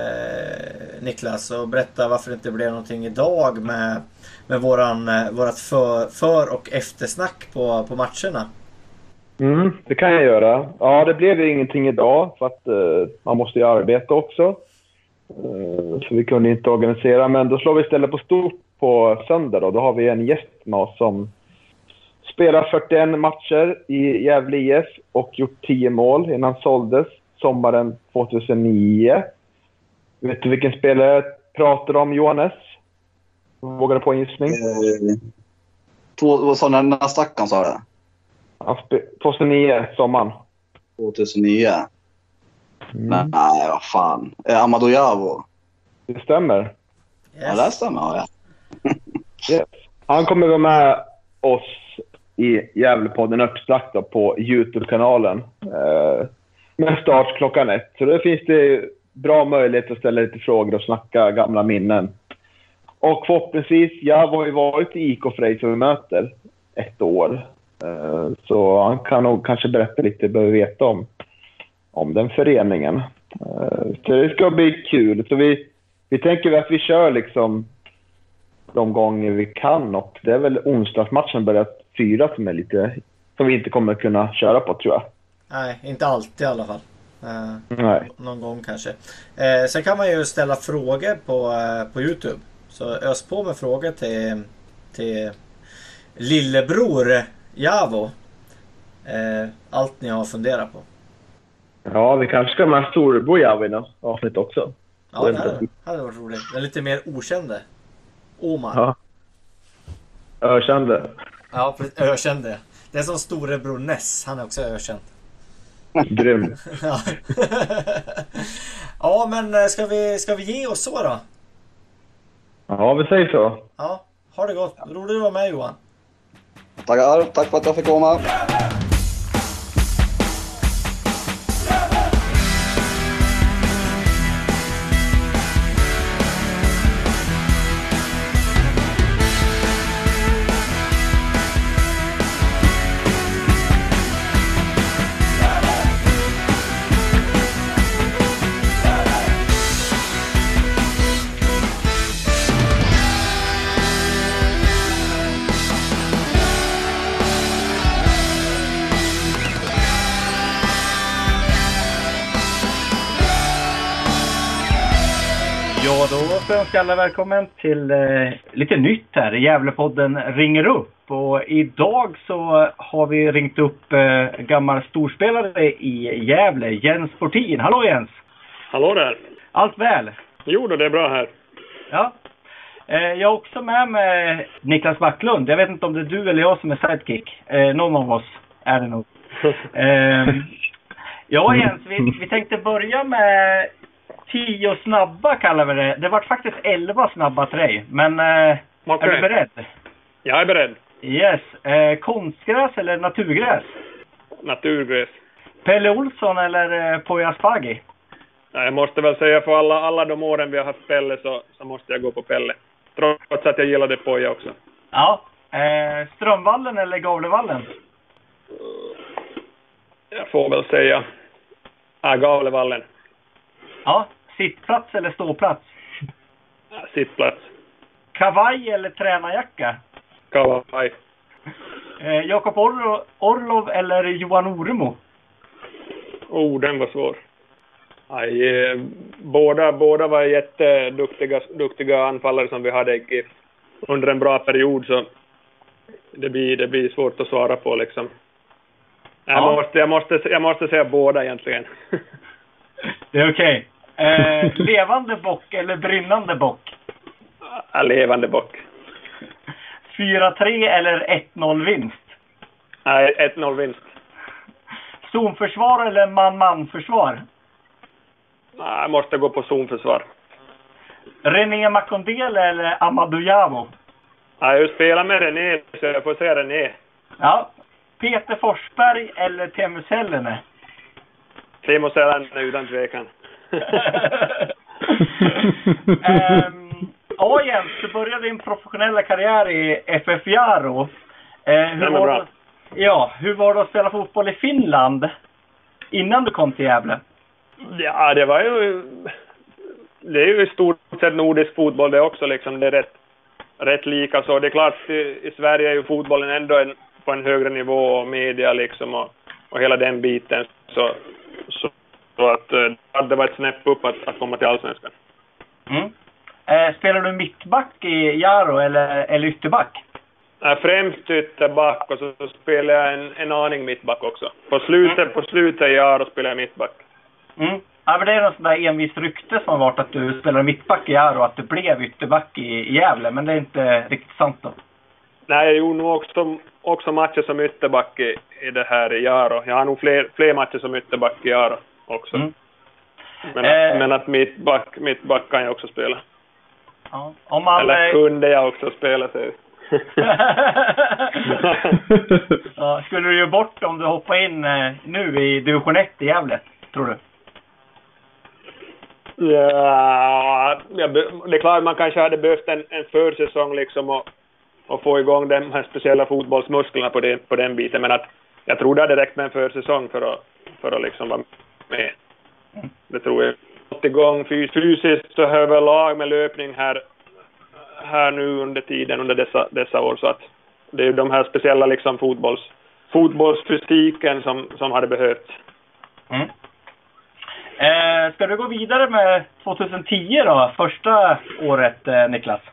Niklas, och berätta varför det inte blev någonting idag med, med våran, vårat för, för- och eftersnack på, på matcherna. Mm, det kan jag göra. Ja, det blev ju ingenting idag för att uh, man måste ju arbeta också. Uh, så vi kunde inte organisera, men då slår vi istället på stort på söndag då. Då har vi en gäst med oss som spelar fyrtioen matcher i Gävle I F och gjort tio mål innan han såldes sommaren tjugohundranio. Vet du vilken spelare pratar om, Johannes? Vågar du på en gissning? Eh, två, vad sa du när stackaren sa det? tjugohundranio, sommaren. tjugohundranio. Mm. Nej, vad fan. Eh, Amadou Javo. Det stämmer. Yes. Ja, det stämmer, ja. Yes. Han kommer vara med oss i Gävlepodden Uppsnack då, på YouTube-kanalen. Eh, med start klockan ett. Så då finns det bra möjlighet att ställa lite frågor och snacka gamla minnen. Och förhoppningsvis, jag har ju varit i I K Frej som vi möter ett år. Eh, så han kan nog kanske berätta lite, behöver veta om, om den föreningen. Eh, så det ska bli kul. Så vi, vi tänker att vi kör liksom de gånger vi kan, och det är väl onsdagsmatchen börjat fyra som är lite som vi inte kommer kunna köra på, tror jag. Nej, inte alltid i alla fall. Eh, Nej. Någon gång kanske. Eh, sen kan man ju ställa frågor på, eh, på YouTube. Så ös på med frågor till, till lillebror Javo. Eh, allt ni har funderat på. Ja, vi kanske ska med storbror Javo i något avsnitt också. Ja, det hade, hade varit roligt. Den lite mer okände. Omar. Ja. Ökände. Ja, precis. Ökände. Det är som storebror Ness. Han är också ökänd. Grym. Ja. Ja, men ska vi, ska vi ge oss så då? Ja, vi säger så. Ja, ha det gott. Roligt att vara med, Johan. Tackar, tack för att jag fick komma. Ja, då får jag önska alla välkommen till eh, lite nytt här. Gävlepodden ringer upp. Och idag så har vi ringt upp eh, gammal storspelare i Gävle, Jens Fortin. Hallå Jens! Hallå där! Allt väl? Jo då, det är bra här. Ja. Eh, jag är också med med Niklas Backlund. Jag vet inte om det är du eller jag som är sidekick. Eh, någon av oss är det nog. eh, ja Jens, vi, vi tänkte börja med tio snabba kallar vi det. Det var faktiskt elva snabba till dig. Men eh, okay. Är du beredd? Jag är beredd. Yes. Eh, konstgräs eller naturgräs? Naturgräs. Pelle Olsson eller eh, Poya Asbaghi? Jag måste väl säga för alla, alla de åren vi har haft Pelle så, så måste jag gå på Pelle. Trots att jag gillade Poya också. Ja. Eh, Strömvallen eller Gavlevallen? Jag får väl säga ja, Gavlevallen. Ja. Sittplats eller ståplats? Ja, sittplats. Kavaj eller tränarjacka? Kavaj. Eh, Jakob Orlo, Orlov eller Johan Oremo? Oh, den var svår. Aj, eh, båda, båda var jätteduktiga duktiga anfallare som vi hade i, under en bra period, så det blir, det blir svårt att svara på liksom. Jag, ja. måste, jag, måste, jag måste säga båda egentligen. Det är okej. Okay. Eh, levande bock eller brinnande bock? Ja, levande bock. fyra tre eller ett noll vinst? Nej, ett noll vinst. Zonförsvar eller man-man-försvar? Nej, jag måste gå på zonförsvar. René Makondele eller Amadou Javo? Ja, jag har ju spelat med René, så jag får säga René. Ja. Peter Forsberg eller Teemu Selänne? Teemu Selänne utan tvekan. um, ja, Jens, du började din professionella karriär i F F Jaro. Uh, hur, var det, ja, hur var det att spela fotboll i Finland innan du kom till Gävle? Ja, det var ju... Det är ju i stort sett nordisk fotboll det också. Liksom. Det är rätt, rätt lika. Så det är klart, i, i Sverige är ju fotbollen ändå en, på en högre nivå och media liksom och, och hela den biten. Så, så, så att det var ett snäpp upp att, att komma till Allsvenskan. Mm. Eh, spelar du mittback i Jaro eller, eller ytterback? Ja, främst ytterback och så, så spelar jag en, en aning mittback också. På slutet, mm. på slutet i Jaro spelar jag mittback. Mm. Ja, men det är något sånt där envis rykte som har varit att du spelar mittback i Jaro och att du blev ytterback i, i Gävle, men det är inte riktigt sant då. Nej, jag gjorde nog också, också matcher som ytterback i, i det här i Jaro. Jag har nog fler, fler matcher som ytterback i Jaro också. Mm. Men, eh. men att mittback, mittback kan jag också spela. Ja, om man, eller kunde jag också spela sig. Ja, skulle du ju bort om du hoppar in eh, nu i division ett i Gävle, tror du? Ja, det är klart man kanske hade behövt en, en försäsong liksom och, och få igång de här speciella fotbollsmusklerna på, det, på den biten. Men att jag tror det hade räckt med en försäsong för att, för att liksom vara med. Det tror jag. Fått igång fysiskt så överlag med löpning här, här nu under tiden, under dessa, dessa år. Så att det är de här speciella liksom fotbolls, fotbollsfysiken som, som hade behövts. Mm. Eh, ska du gå vidare med tjugohundratio då, första året eh, Niklas?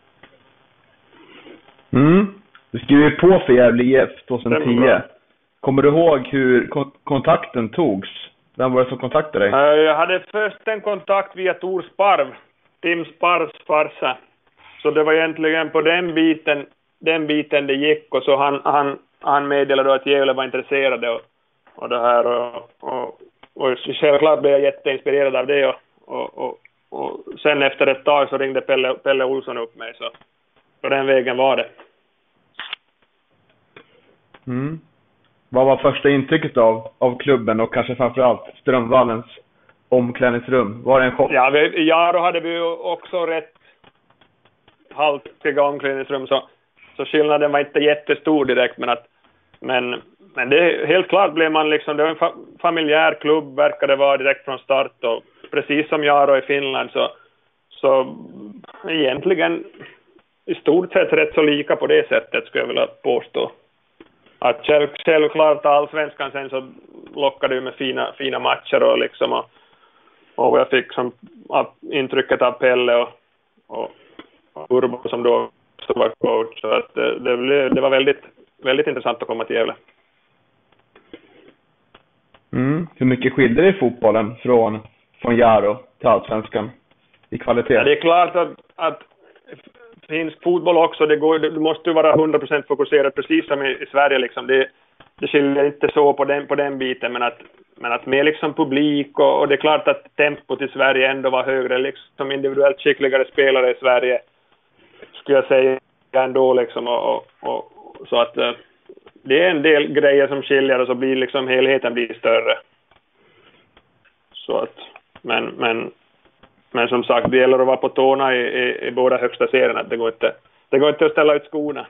Mm, du skrev ju på för Gävle I F tjugohundratio. Kommer du ihåg hur kon- kontakten togs? Vem var det som kontaktade dig? Uh, jag hade först en kontakt via Tor Sparv, Tim Sparvs farsa. Så det var egentligen på den biten, den biten det gick, och så han, han, han meddelade då att Gävle var intresserade och, och det här och, och Och självklart blev jag jätteinspirerad av det och, och, och, och sen efter ett tag så ringde Pelle, Pelle Olsson upp mig, så på den vägen var det. Mm. Vad var första intrycket av, av klubben och kanske framförallt Strömvallens omklädningsrum? Var det en chock? Ja, vi, ja då hade vi ju också rätt haltiga omklädningsrum, så, så skillnaden var inte jättestor direkt, men att men Men det helt klart blev man liksom, det var en fa- familjär klubb verkade vara direkt från start, och precis som Jaro i Finland så, så egentligen i stort sett rätt så lika på det sättet, skulle jag vilja påstå. Att själv, självklart Allsvenskan sen så lockade ju med fina, fina matcher och liksom och, och jag fick som intrycket av Pelle och, och, och Urbo som då så var coach, så att det, det, blev, det var väldigt, väldigt intressant att komma till Gävle. Mm. Hur mycket skiljer det i fotbollen från, från Jaro till Allsvenskan i kvalitet? Ja, det är klart att, att finsk fotboll också, det går, du måste ju vara hundra procent fokuserad precis som i, i Sverige liksom. Det, det skiljer inte så på den, på den biten, men att, men att med liksom publik och, och det är klart att tempot i Sverige ändå var högre, liksom individuellt skickligare spelare i Sverige skulle jag säga ändå liksom, och, och, och så att det är en del grejer som skiljer, och så blir liksom helheten blir större. Så att, men, men, men som sagt, det gäller att vara på tårna i, i, i båda högsta serierna. Det går inte, det går inte att ställa ut skorna.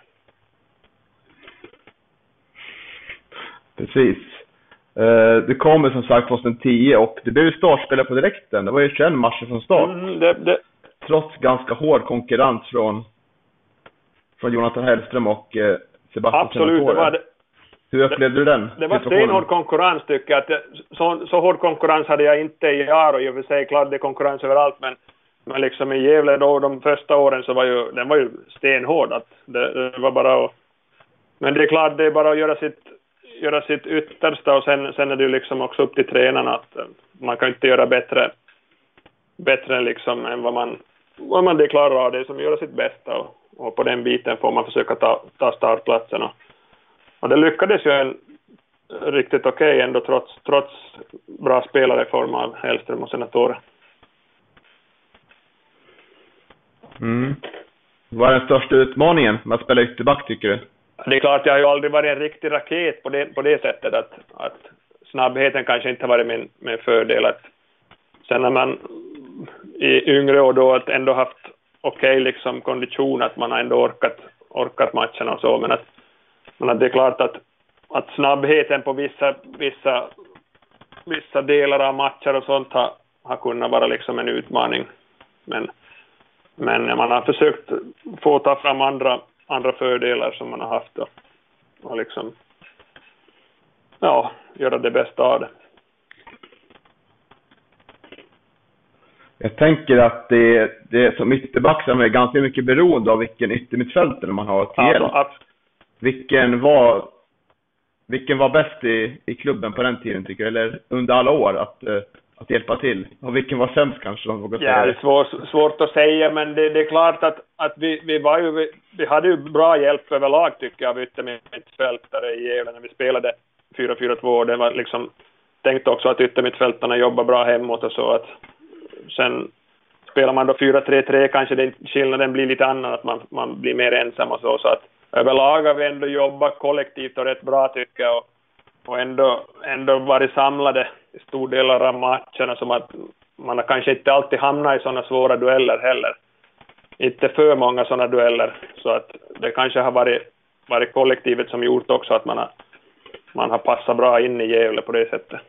Precis. Uh, du kommer som sagt tjugohundratio och det blev ju startspelare på direkten. Det var ju tjugoett matcher från start. Mm, det, det... Trots ganska hård konkurrens från, från Jonathan Hellström och uh, Sebastian. Absolut, det var det. Hur upplevde det, du den? Det var stenhård konkurrens tycker jag. Att det, så, så hård konkurrens hade jag inte i Jaro. I och för sig klart det är konkurrens överallt, men, men liksom i Gävle då de första åren så var ju den var ju stenhård. Att det, det var bara att, men det är klart det är bara att göra sitt göra sitt yttersta, och sen, sen är det ju liksom också upp till tränarna att man kan inte göra bättre bättre liksom än vad man vad man det klarar av, det som göra sitt bästa, och, och på den biten får man försöka ta, ta startplatsen, och, och det lyckades ju en, riktigt okej okay ändå trots, trots bra spelare i form av Hellström och Senatorer. Mm. Vad är den största utmaningen med att spela ytterback, tycker du? Det är klart, jag har ju aldrig varit en riktig raket på det, på det sättet att, att snabbheten kanske inte har varit min, min fördel. Att sen när man i yngre år då att ändå haft okej okay, liksom kondition, att man har ändå orkat, orkat matchen och så, men att, men att det är klart att, att snabbheten på vissa, vissa, vissa delar av matcher och sånt har, har kunnat vara liksom en utmaning. Men, men man har försökt få ta fram andra andra fördelar som man har haft och, och liksom ja, göra det bästa av det. Jag tänker att det, det är som ytterback som är ganska mycket beroende av vilken yttermittfältare man har till hjälp. Alltså, vilken var vilken var bäst i, i klubben på den tiden, tycker du? Eller under alla år att, att hjälpa till? Och vilken var sämst kanske? De vågar säga. Ja, det är svår, svårt att säga, men det, det är klart att, att vi, vi, var ju, vi, vi hade ju bra hjälp överlag, tycker jag, av yttermittfältare i Gävle när vi spelade fyra fyra två. Det var liksom tänkt också att yttermittfältarna jobbar bra hemåt och så. Att sen spelar man då fyra tre tre kanske den, skillnaden blir lite annan, att man, man blir mer ensam och så. Så att överlag har vi ändå jobbat kollektivt och rätt bra, tycker jag. Och, och ändå, ändå varit samlade i stor delar av matcherna, som att man har kanske inte alltid hamnat i sådana svåra dueller heller. Inte för många sådana dueller. Så att det kanske har varit, varit kollektivet som gjort också att man har, man har passat bra in i Gävle på det sättet.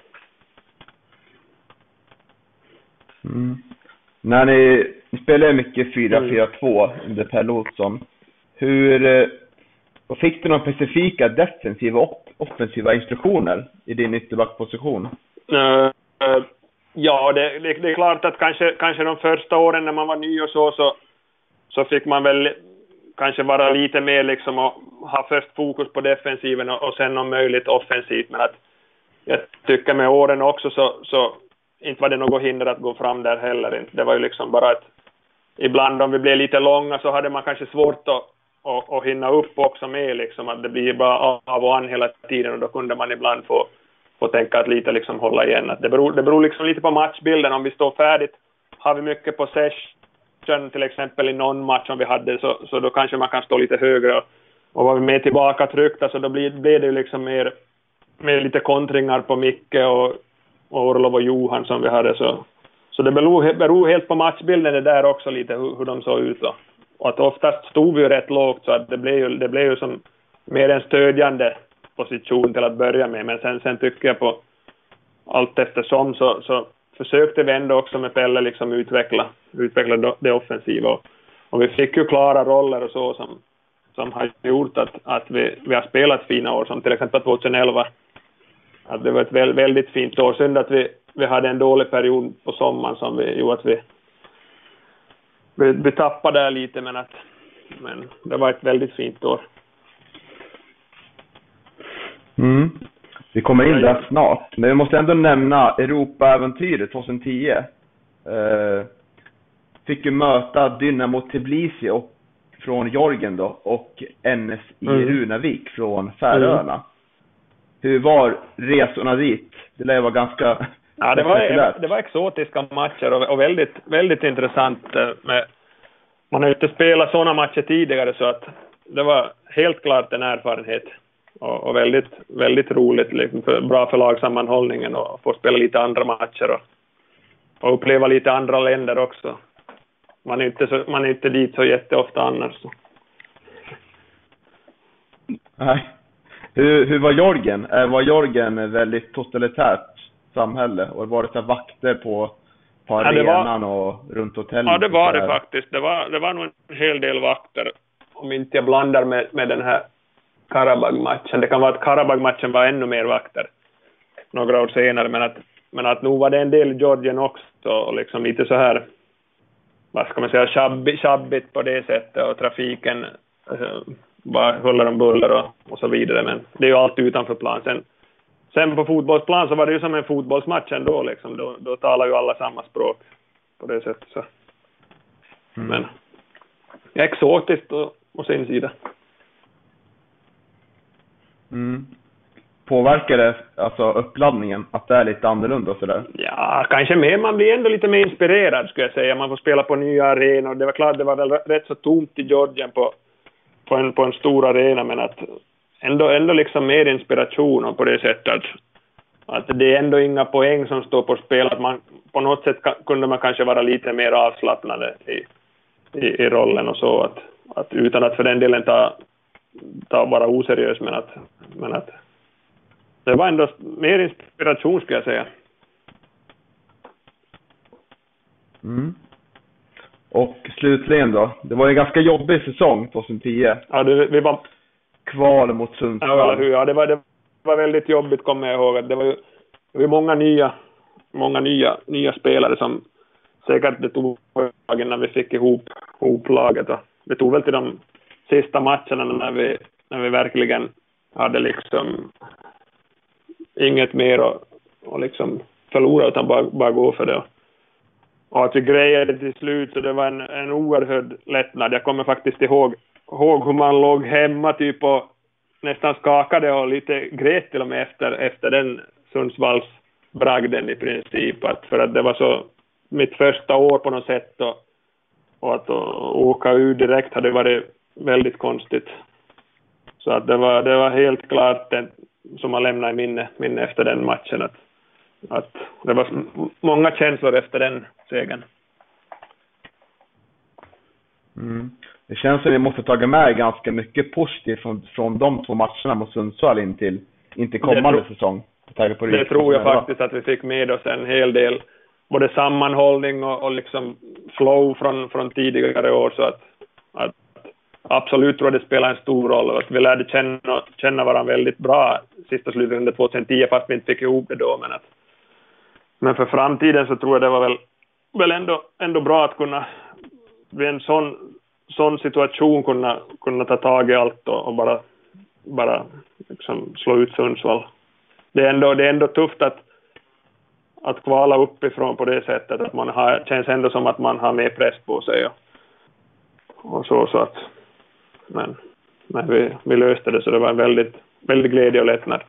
Mm. När ni, ni spelar mycket fyra fyra två mm. under Per Lotsson. Hur... Och fick du några specifika defensiva och offensiva instruktioner i din ytterbackposition? Uh, uh, ja, det, det, det är klart att kanske, kanske de första åren när man var ny och så, så, så fick man väl kanske vara lite mer liksom och ha först fokus på defensiven och, och sen om möjligt offensivt. Men att jag tycker med åren också så, så inte var det något hinder att gå fram där heller. Det var ju liksom bara att ibland om vi blev lite långa så hade man kanske svårt att Och, och hinna upp också med liksom, att det blir bara av och an hela tiden, och då kunde man ibland få, få tänka att lite liksom hålla igen. Att det, beror, det beror liksom lite på matchbilden. Om vi står färdigt, har vi mycket possession till exempel i någon match som vi hade, så, så då kanske man kan stå lite högre, och, och var vi med tillbaka tryckta så då blir, blir det ju liksom mer, mer lite kontringar på Micke och, och Orlov och Johan som vi hade. Så, så det beror, beror helt på matchbilden det där också lite, hur, hur de såg ut då. Och att oftast stod vi ju rätt lågt, så att det blev ju, det blev ju som mer en stödjande position till att börja med. Men sen, sen tycker jag på allt eftersom så, så försökte vi ändå också med Pelle liksom utveckla, utveckla det offensiva. Och, och vi fick ju klara roller och så som, som har gjort att, att vi, vi har spelat fina år, som till exempel tjugoelva. Att det var ett väl, väldigt fint år. Synd att vi, vi hade en dålig period på sommaren som vi gjorde att vi Vi, vi tappade där lite, men, att, men det var ett väldigt fint år. Mm. Vi kommer in där snart. Men vi måste ändå nämna Europa-äventyret tjugohundratio. Eh, fick ju möta Dynamo Tbilisi och, från Georgien då, och N S I mm. Runavik från Färöarna. Mm. Hur var resorna dit? Det lär vara ganska... Ja, det var, det var exotiska matcher och, och väldigt, väldigt intressant. Med, man har ju inte spelat sådana matcher tidigare, så att det var helt klart en erfarenhet. Och, och väldigt, väldigt roligt, liksom, för, bra för lagsammanhållningen, och få spela lite andra matcher och, och uppleva lite andra länder också. Man är inte, så, man är inte dit så jätteofta annars. Så. Nej. Hur, hur var Georgien? Var Georgien väldigt totalitärt samhälle, och var det så vakter på, på arenan ja, var, och runt hotellet? Ja, det var det faktiskt. Det var, det var nog en hel del vakter, om inte jag blandar med, med den här Karabag-matchen. Det kan vara att Karabag-matchen var ännu mer vakter några år senare, men att, men att nu var det en del i Georgien också, och liksom lite så här, vad ska man säga, shabbigt, shabbigt på det sättet, och trafiken uh, bara huller om buller och, och så vidare, men det är ju allt utanför plan. Sen Sen på fotbollsplan så var det ju som en fotbollsmatch ändå liksom. Då, då talar ju alla samma språk på det sättet så. Mm. Men ja, exotiskt på, på sin sida. Mm. Påverkar det alltså uppladdningen att det är lite annorlunda och sådär? Ja, Ja, kanske mer. Man blir ändå lite mer inspirerad, skulle jag säga. Man får spela på nya arenor. Det var klart, det var väl rätt så tomt i Georgien på, på, en, på en stor arena, men att ändå, ändå liksom mer inspiration och på det sättet att, att det är ändå inga poäng som står på spel. Att man, på något sätt kunde man kanske vara lite mer avslappnade i, i, i rollen och så. Att, att utan att för den delen ta, ta vara oseriös, men att, men att det var ändå mer inspiration, skulle jag säga. Mm. Och slutligen då, det var en ganska jobbig säsong tjugohundratio. Ja, det, vi var kval mot Sundsvall. Ja, hur? Ja, det var det var väldigt jobbigt, kommer jag ihåg. Det var ju det var många nya många nya nya spelare som säkert det tog när vi fick ihop, ihop laget, och det tog väl till de sista matcherna när vi när vi verkligen hade liksom inget mer att och liksom förlora, utan bara bara gå för det. Och att vi grejade till slut, så det var en, en oerhörd lättnad. Jag kommer faktiskt ihåg, ihåg hur man låg hemma typ och nästan skakade och lite grät till och med efter, efter den Sundsvalls bragden i princip. Att för att det var så mitt första år på något sätt, och, och att och, åka ut direkt hade varit väldigt konstigt. Så att det var, det var helt klart det, som man lämnade i minne, minne efter den matchen, att att det var många känslor efter den segern. Mm. Det känns som att vi måste ta med ganska mycket positivt från, från de två matcherna mot Sundsvall in till, in till kommande det säsong. På det tror jag faktiskt att vi fick med oss en hel del, både sammanhållning och, och liksom flow från, från tidigare år, så att, att absolut tror jag det spelar en stor roll, och att vi lärde känna, känna varandra väldigt bra sista slutet under tjugohundratio, fast vi inte fick ihop det då, men att Men för framtiden så tror jag det var väl, väl ändå, ändå bra att kunna vid en sån, sån situation kunna, kunna ta tag i allt och, och bara, bara liksom slå ut Sundsvall. Det är ändå, det är ändå tufft att, att kvala uppifrån på det sättet. Att man har, känns ändå som att man har mer press på sig. Och, och så, så att, men men vi, vi löste det, så det var en väldigt, väldigt glädje och lättnad.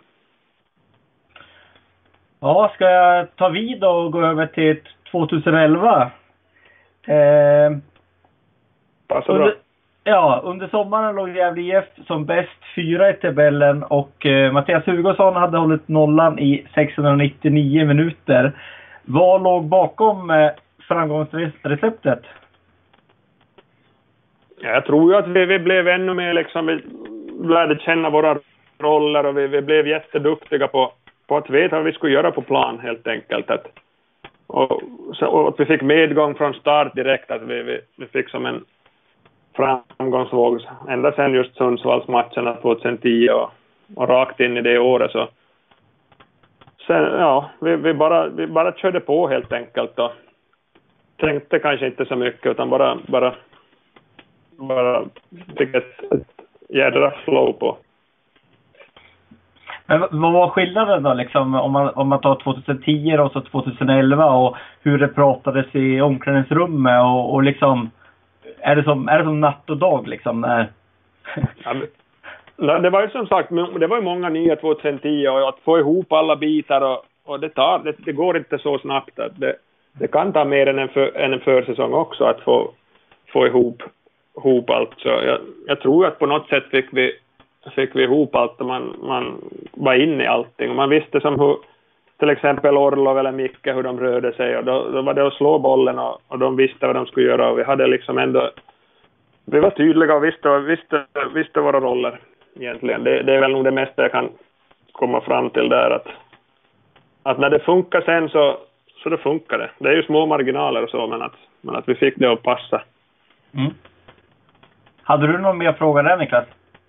Ja, ska jag ta vid och gå över till tjugoelva? Eh, Passar under, bra. ja, under sommaren låg Gävle I F som bäst fyra i tabellen, och eh, Mattias Hugosson hade hållit nollan i sexhundranittionio minuter. Vad låg bakom eh, framgångsreceptet? Ja, jag tror ju att vi, vi blev ännu mer liksom, vi lärde känna våra roller, och vi, vi blev jätteduktiga på på att veta vad vi skulle göra på plan, helt enkelt. Att, och, så, och att vi fick medgång från start direkt, att vi, vi, vi fick som en framgångsvåg ända sedan just Sundsvallsmatcherna tjugohundratio och, och rakt in i det året. Så sen, ja, vi, vi, bara, vi bara körde på helt enkelt, och tänkte kanske inte så mycket, utan bara, bara, bara fick ett, ett jädra flow på. Men vad var skillnaden då, liksom, om man, om man tar tjugohundratio och så tjugoelva, och hur det pratades i omklädningsrummet, och, och liksom, är det som, är det som natt och dag liksom? När... Ja, men, det var ju som sagt, det var ju många nya tjugohundratio, och att få ihop alla bitar, och, och det, tar, det, det går inte så snabbt. Att det, det kan ta mer än en, för, än en försäsong också att få, få ihop, ihop allt. Så jag, jag tror att på något sätt fick vi fick vi ihop allt, och man, man var inne i allting. Och man visste som hur till exempel Orlov eller Micke, hur de rörde sig, och då, då var det att slå bollen, och, och de visste vad de skulle göra, och vi hade liksom ändå, vi var tydliga och visste, visste, visste våra roller egentligen. Det, det är väl nog det mesta jag kan komma fram till där, att, att när det funkar sen så, så det funkar det. Det är ju små marginaler och så, men att, men att vi fick det att passa. Mm. Hade du någon mer fråga där, Niklas?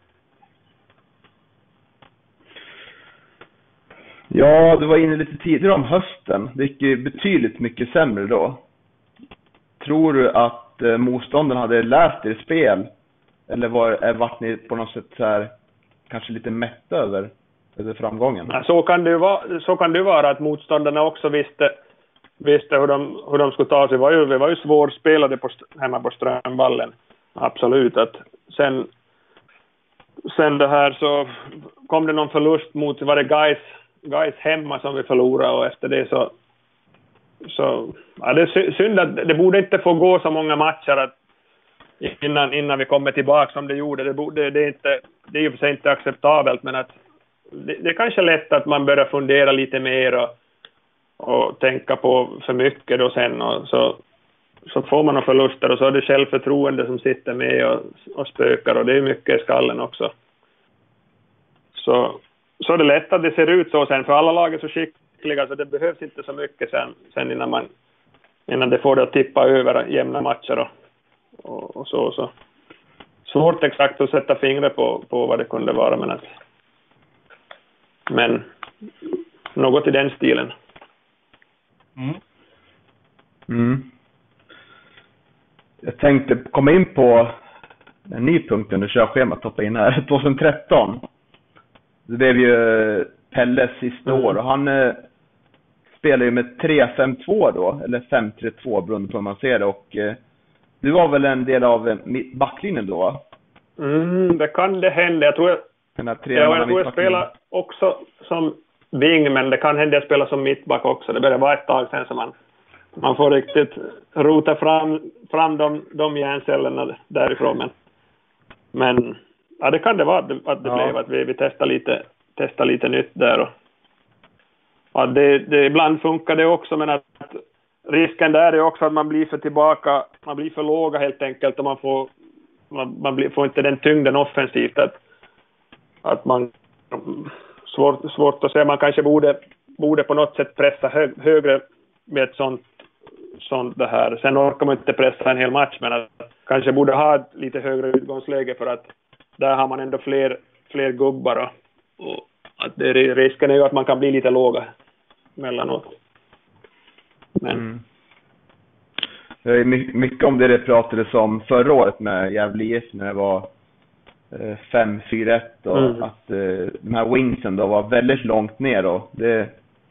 Ja, det var inne lite tidigare om hösten. Det gick ju betydligt mycket sämre då. Tror du att eh, motståndaren hade lärt er spel? Eller var, är, vart ni på något sätt så här, kanske lite mätta över, över framgången? Ja, så kan det vara, så kan det vara att motståndarna också visste, visste hur, de, hur de skulle ta sig. Vi var ju, vi var ju svårspelade på, hemma på Strömvallen. Absolut. Att sen, sen det här så kom det någon förlust mot, var det Gais Guys hemma som vi förlorade, och efter det så så ja, det är synd att det borde inte få gå så många matcher att innan, innan vi kommer tillbaka som det gjorde. Det, borde, det, är, inte, det är ju för sig inte acceptabelt, men att det, det är kanske lätt att man börjar fundera lite mer och, och tänka på för mycket då sen. Och så, så får man några förluster och så är det självförtroende som sitter med och, och spökar, och det är mycket i skallen också. Så, så är det lätt att det ser ut så sen, för alla lag är så skickliga så det behövs inte så mycket sen, sen innan, man, innan det får det att tippa över jämna matcher och, och, och så, så. Svårt exakt att sätta fingret på, på vad det kunde vara, men att men något i den stilen. Mm. Mm. Jag tänkte komma in på en ny punkt under körschemat, hoppa in här. tjugohundratretton. Det blev ju Pelles sista Mm. år, och han eh, spelar ju med tre fem två då, eller fem tre två beroende på hur man ser det, och eh, du var väl en del av eh, backlinjen då, va? Mm, det kan det hända. Jag tror jag, Den här tre ja, jag, tror jag spelar också som wing, men det kan hända jag spelar som mittback också. Det börjar vara ett tag sen som man, man får riktigt rota fram, fram de, de hjärncellerna därifrån. Men, men ja, det kan det vara att det Ja. blev att vi, vi testar, lite, testar lite nytt där. Och, ja, det, det, ibland funkar det också, men att risken där är också att man blir för tillbaka, man blir för låga helt enkelt, och man får, man, man blir, får inte den tyngden offensivt att, att man svårt, svårt att säga, man kanske borde, borde på något sätt pressa hö, högre med ett sånt, sånt det här. Sen orkar man inte pressa en hel match, men att kanske borde ha ett lite högre utgångsläge, för att där har man ändå fler, fler gubbar, och, och att det, risken är ju att man kan bli lite låga mellanåt. Men Mm. Det är my- mycket om det det pratades om förra året med Gävle I F när det var eh, fem fyra ett, och Mm. att eh, de här wingsen då var väldigt långt ner, och det,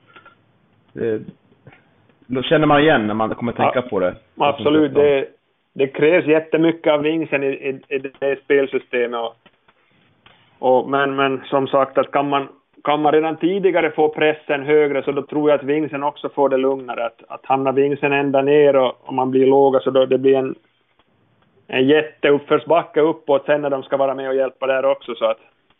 det då känner man igen när man kommer tänka Ja, på det. absolut, det, det krävs jättemycket av wingsen i, i, i det spelsystemet, och, och, men, men som sagt, att kan man Kan man redan tidigare få pressen högre, så då tror jag att wingsen också får det lugnare. Att, att hamna wingsen ända ner och, och man blir låga, så då det blir en, en jätteuppförsbacke uppåt sen när de ska vara med och hjälpa där också. Så att,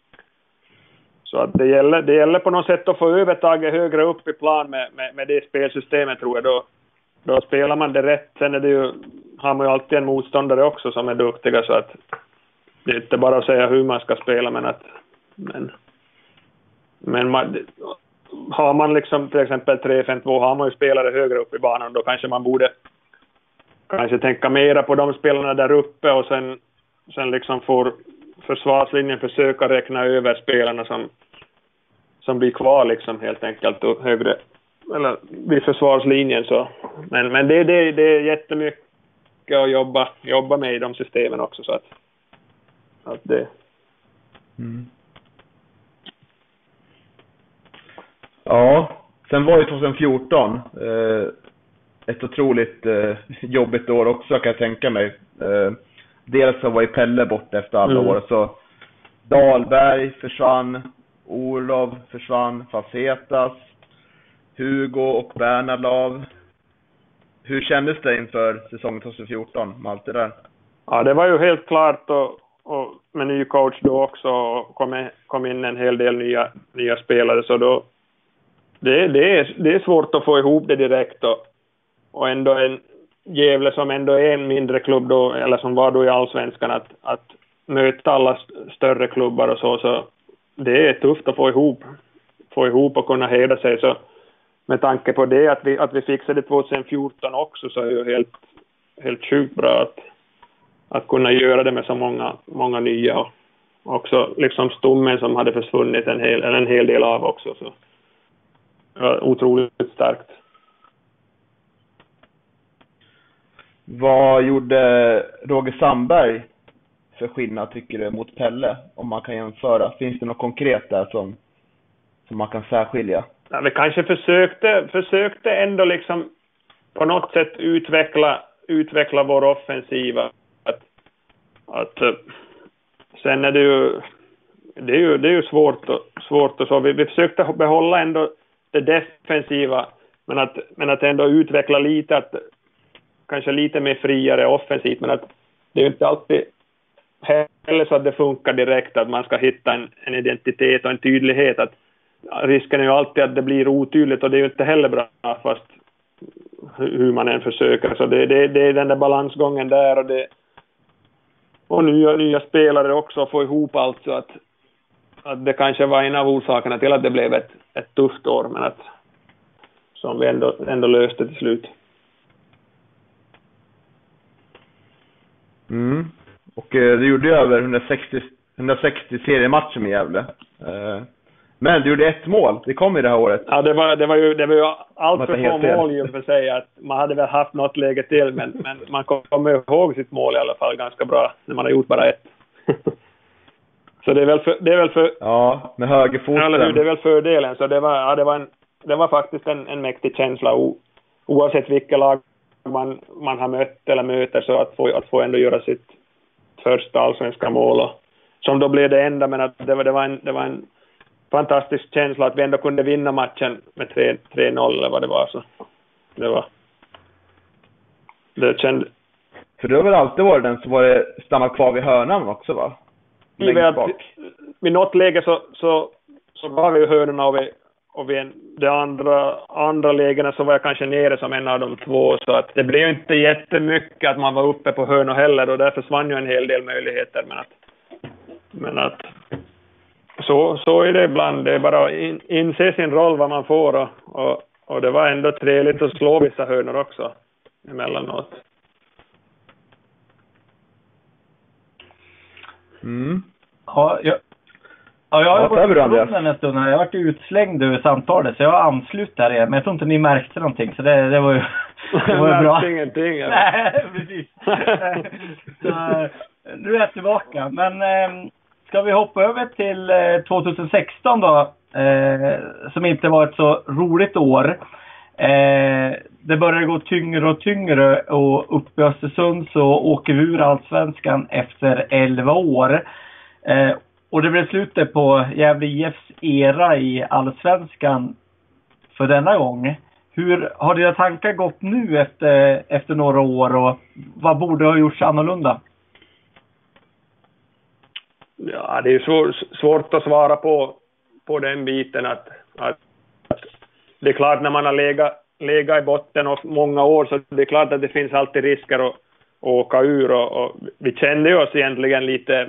så att det, gäller, det gäller på något sätt att få övertaget högre upp i plan med, med, med det spelsystemet, tror jag. Då, då spelar man det rätt. Sen är det ju, har man ju alltid en motståndare också som är duktiga, så att det är inte bara att säga hur man ska spela, men att men, Men man, har man liksom till exempel tre fem två, har man ju spelare högre upp i banan, då kanske man borde kanske tänka mera på de spelarna där uppe, och sen, sen liksom får försvarslinjen försöka räkna över spelarna som, som blir kvar liksom helt enkelt, och högre eller vid försvarslinjen. Så. Men, men det, det, det är jättemycket att jobba, jobba med i de systemen också, så att, att det... Mm. Ja, sen var ju tjugohundrafjorton eh, ett otroligt eh, jobbigt år också, kan jag tänka mig. Eh, dels så var ju Pelle bort efter alla Mm. år, så Dahlberg försvann, Olof försvann, Facetas, Hugo och Bernhard Lav. Hur kändes det inför säsongen tjugohundrafjorton med allt det där? Ja, det var ju helt klart, och, och med ny coach då också, och kom, kom in en hel del nya, nya spelare, så då det, det, är, det är svårt att få ihop det direkt, och, och ändå en Gävle som ändå är en mindre klubb då, eller som var då i Allsvenskan, att, att möta alla större klubbar och så, så det är tufft att få ihop, få ihop och kunna heda sig. Så med tanke på det, att vi, att vi fixade tjugohundrafjorton också, så är det ju helt, helt sjukt bra att, att kunna göra det med så många, många nya, och också liksom stommen som hade försvunnit en hel, eller en hel del av också, så ja, otroligt starkt. Vad gjorde Roger Sandberg för skillnad, tycker du, mot Pelle, om man kan jämföra? Finns det något konkret där som, som man kan särskilja? Ja, vi kanske försökte, försökte ändå liksom på något sätt utveckla, utveckla vår offensiva. Att, att, sen är det ju, det är ju, det är ju svårt, och, svårt och så. Vi, vi försökte behålla ändå det defensiva Men att, men att ändå utveckla lite, att kanske lite mer friare offensivt, men att det är ju inte alltid heller så att det funkar direkt, att man ska hitta en, en identitet och en tydlighet. Att risken är ju alltid att det blir otydligt, och det är ju inte heller bra fast hur man än försöker. Så det, det, det är den där balansgången där, och, det, och nya, nya spelare också få ihop allt, så att, att det kanske var en av orsakerna till att det blev ett, ett tufft år, men att som vi ändå, ändå löste till slut. Mm. Och eh, det gjorde ju över hundrasextio, hundrasextio seriematcher med Gävle. Eh, men du gjorde ett mål. Det kom i det här året. Ja, det var, det var ju, det var ju allt för få mål ju för att säga att man hade väl haft något läge till, men, men man kommer ihåg sitt mål i alla fall ganska bra när man har gjort bara ett. Så det är väl för, det är väl för ja, med högerfoten. Eller hur, det är väl fördelen. Så det var, ja, det var, en, det var faktiskt en, en mäktig känsla o, oavsett vilka lag man, man har mött eller möter, så att få, att få ändå göra sitt första allsvenska mål, och som då blev det enda, men att det var, det var en, det var en fantastisk känsla att vi ändå kunde vinna matchen med tre noll eller vad det var. Så det var det kände. För det har väl alltid varit den som var det stannat kvar vid hörnan också, va? Vid, vid något läge så, så, så gav vi ju hörnorna, och, vi, och vid en, de andra, andra lägena så var jag kanske nere som en av de två, så att det blev inte jättemycket att man var uppe på hörnor heller, och där försvann ju en hel del möjligheter, men att, men att så, så är det ibland. Det är bara att in, inse sin roll, vad man får, och, och, och det var ändå trevligt att slå vissa hörnor också emellanåt. Mm. Ja, jag, ja, jag har ja, varit i rummen en stund här. Jag har varit utslängd ur samtalet, så jag har anslutit där igen. Men jag tror inte ni märkte någonting, så det, det var ju, det var ju bra. Ingenting. Ja. Nej, precis. Så, nu är jag tillbaka. Men eh, ska vi hoppa över till eh, tjugohundrasexton då? Eh, som inte var ett så roligt år. Eh, det började gå tyngre och tyngre, och uppe i Östersund så åker vi ur allsvenskan efter elva år. Eh, och det blev slutet på Gävle I F:s era i allsvenskan för denna gång. Hur har dina tankar gått nu efter, efter några år, och vad borde ha gjorts annorlunda? Ja, det är svår, svårt att svara på, på den biten. Att, att, att det är klart, när man har legat, legat i botten och många år, så det är klart att det finns alltid risker att, att åka ur. Och, och vi kände oss egentligen lite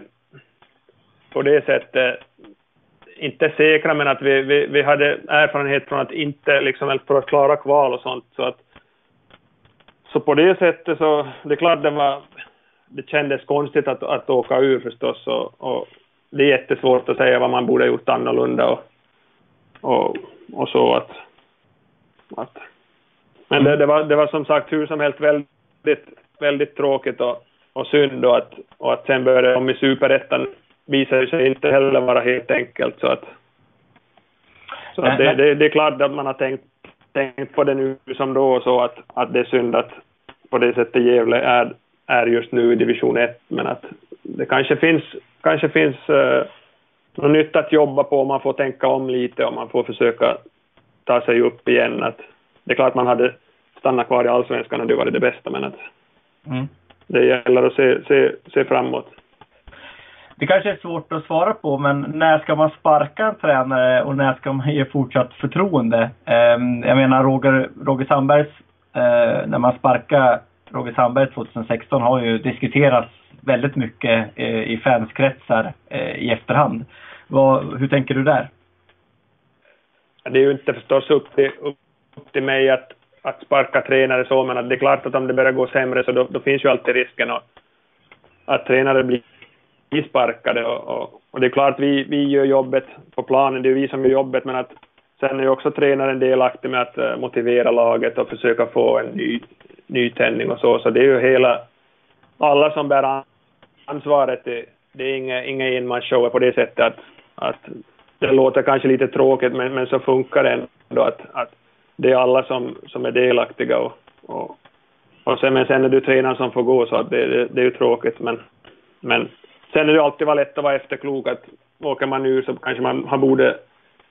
på det sättet, inte säkra, men att vi, vi, vi hade erfarenhet från att inte liksom, för att klara kval och sånt. Så, att, så på det sättet så det är klart det var, det kändes konstigt att, att åka ur förstås, och, och det är jättesvårt att säga vad man borde ha gjort annorlunda och, och, och så att, att men det, det, var, det var som sagt hur som helst väldigt, väldigt tråkigt och, och synd, och att, och att sen började om i Superettan visade sig inte heller vara helt enkelt, så att, så att det, det, det är klart att man har tänkt, tänkt på det nu som då, och så att, att det är synd att på det sättet Gävle är, är just nu i division ett, men att det kanske finns kanske finns uh, något nytt att jobba på, man får tänka om lite och man får försöka ta sig upp igen. Att det är klart man hade stannat kvar i allsvenskan och det var det bästa, men att mm. det gäller att se, se, se framåt. Det kanske är svårt att svara på, men när ska man sparka en tränare och när ska man ge fortsatt förtroende? Um, jag menar Roger, Roger Sandbergs, uh, när man sparkar Roger Sandberg tjugohundrasexton har ju diskuterats väldigt mycket uh, i fanskretsar uh, i efterhand. Vad, hur tänker du där? Det är ju inte förstås upp till, upp till mig att, att sparka tränare så, men att det är klart att om det börjar gå sämre så då, då finns ju alltid risken att, att tränare blir sparkade och, och, och det är klart vi, vi gör jobbet på planen, det är vi som gör jobbet, men att sen är ju också tränaren delaktig med att uh, motivera laget och försöka få en ny, ny tändning och så, så det är ju hela alla som bär ansvaret, det, det är inga, inga enmansshower på det sättet att, att det låter kanske lite tråkigt, men, men så funkar det ändå att, att det är alla som, som är delaktiga och, och, och sen, men sen är det tränaren som får gå, så att det, det, det är ju tråkigt, men, men sen är det alltid var lätt att vara efterklok, att åker man ur så kanske man, man borde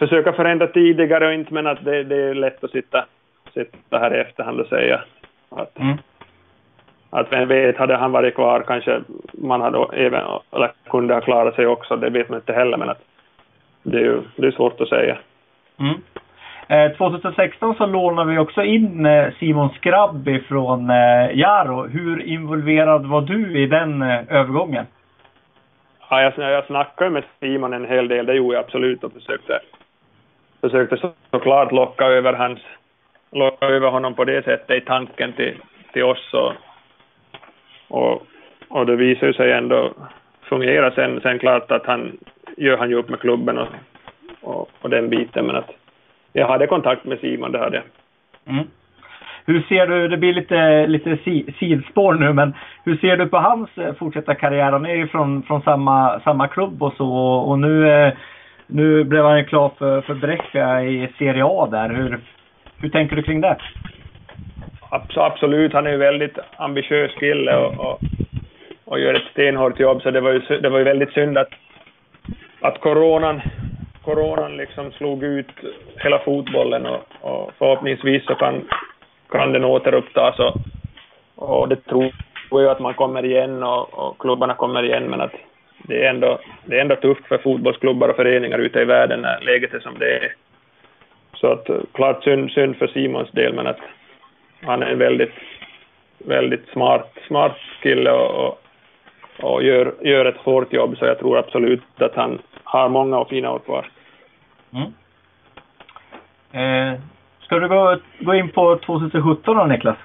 försöka förändra tidigare och inte, men att det, det är lätt att sitta, sitta här i efterhand och säga att, mm. att vem vet, hade han varit kvar kanske man hade även, eller kunde ha klarat sig också, det vet man inte heller, men att det är ju det är svårt att säga. Mm. Eh, tjugohundrasexton så lånade vi också in eh, Simon Skrabby från eh, Jaro. Hur involverad var du i den eh, övergången? Ja, jag, jag snackade med Simon en hel del, det gjorde jag absolut, och försökte, försökte så, såklart locka över, hans, locka över honom på det sättet i tanken till, till oss. Och, och, och det visar sig ändå fungera. Sen, sen klart att han gör han ju upp med klubben och, och, och den biten, men att jag hade kontakt med Simon, det hade jag. Mm. Hur ser du, det blir lite, lite sidspår nu, men hur ser du på hans fortsatta karriär? Han är ju från, från samma, samma klubb och så, och nu, nu blev han ju klar för, för Brescia i Serie A där. Hur, hur tänker du kring det? Absolut, han är ju väldigt ambitiös kille och, och, och gör ett stenhårt jobb, så det var ju, det var ju väldigt synd att, att coronan Coronan liksom slog ut hela fotbollen, och, och förhoppningsvis så kan, kan den återupptas, och, och det tror jag att man kommer igen, och, och klubbarna kommer igen, men att det är, ändå, det är ändå tufft för fotbollsklubbar och föreningar ute i världen när läget är som det är. Så att klart synd, synd för Simons del, men att han är en väldigt, väldigt smart, smart kille och, och, och gör, gör ett hårt jobb, så jag tror absolut att han har många och fina år kvar. Mm. Eh, ska du gå, gå in på tjugosjutton då, Niklas?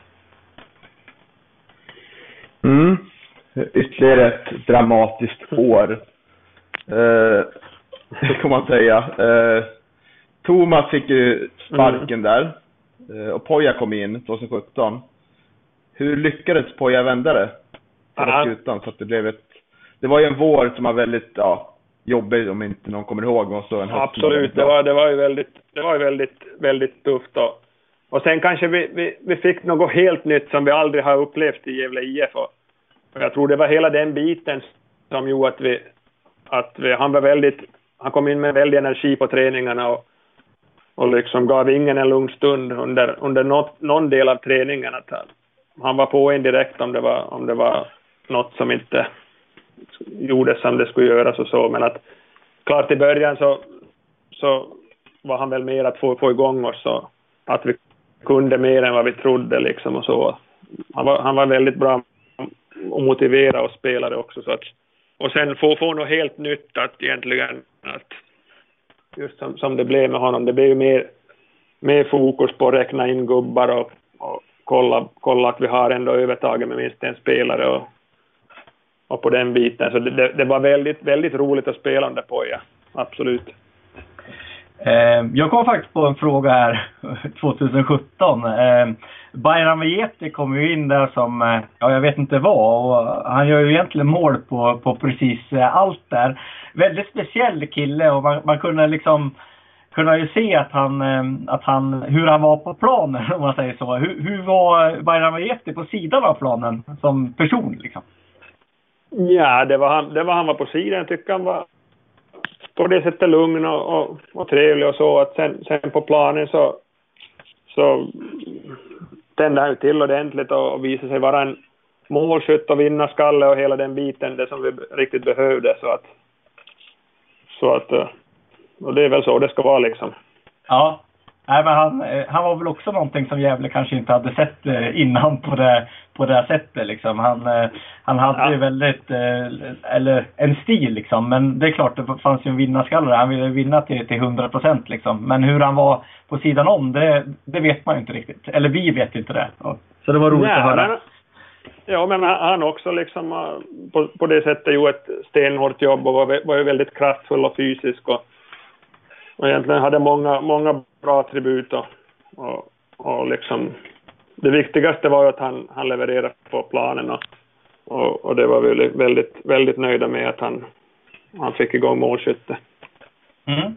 Mm. Ytterligare ett dramatiskt år. Eh, det kan man säga. Eh, Thomas fick ju sparken mm. där. Eh, och Poja kom in tjugosjutton. Hur lyckades Poja vända det? Utan, så att det blev ett... Det var ju en vår som var väldigt... Ja, jobbig, om inte någon kommer ihåg. Och så en absolut, det var, det var ju väldigt, det var ju väldigt, väldigt tufft. Och, och sen kanske vi, vi, vi fick något helt nytt som vi aldrig har upplevt i Gävle I F. Och, och jag tror det var hela den biten som gjorde att vi, att vi, han var väldigt, han kom in med väldig energi på träningarna, och, och liksom gav ingen en lugn stund under, under något, någon del av träningen. Att han, han var på en direkt om det var, om det var något som inte gjordes som det skulle göras och så, men att klart i början så, så var han väl mer att få, få igång oss, så att vi kunde mer än vad vi trodde liksom, och så. Han var, han var väldigt bra att motivera oss spelare också, så att, och sen få, få något helt nytt, att egentligen att just som, som det blev med honom, det blev ju mer, mer fokus på att räkna in gubbar och, och kolla, kolla att vi har ändå övertaget med minst en spelare, och Och på den biten. Så det, det var väldigt, väldigt roligt att spela under Poja. Absolut. Eh, jag kom faktiskt på en fråga här tjugosjutton. Eh, Bayram Vejeti kom ju in där som, eh, ja jag vet inte vad. Och han gör ju egentligen mål på, på precis eh, allt där. Väldigt speciell kille, och man, man kunde liksom kunde ju se att han, eh, att han, hur han var på planen, om man säger så. Hur, hur var Bayram Vejeti på sidan av planen som person liksom? Ja, det var han, det var han var på sidan. Jag tycker han var på det sättet lugn och, och, och trevlig och så. Att sen, sen på planen så, så tände han ju till ordentligt och, och visade sig vara en målskytt och vinna skalle och hela den biten, det som vi riktigt behövde. Så att, så att och det är väl så det ska vara liksom. Ja. Nej, men han, han var väl också någonting som Gävle kanske inte hade sett innan på det, på det här sättet liksom. Han, han hade ja. ju väldigt, eller en stil liksom, men det är klart det fanns ju en vinnarskalle, han ville vinna till, till hundra procent liksom. Men hur han var på sidan om, det, det vet man ju inte riktigt, eller vi vet inte det. Så det var roligt ja, att höra. Men, ja, men han också liksom på, på det sättet gjorde ett stenhårt jobb och var, var ju väldigt kraftfull och fysisk, och Och egentligen hade många, många bra attribut, och, och, och liksom det viktigaste var ju att han, han levererade på planen, och, och, och det var vi väldigt, väldigt nöjda med att han, han fick igång målskytte. Mm.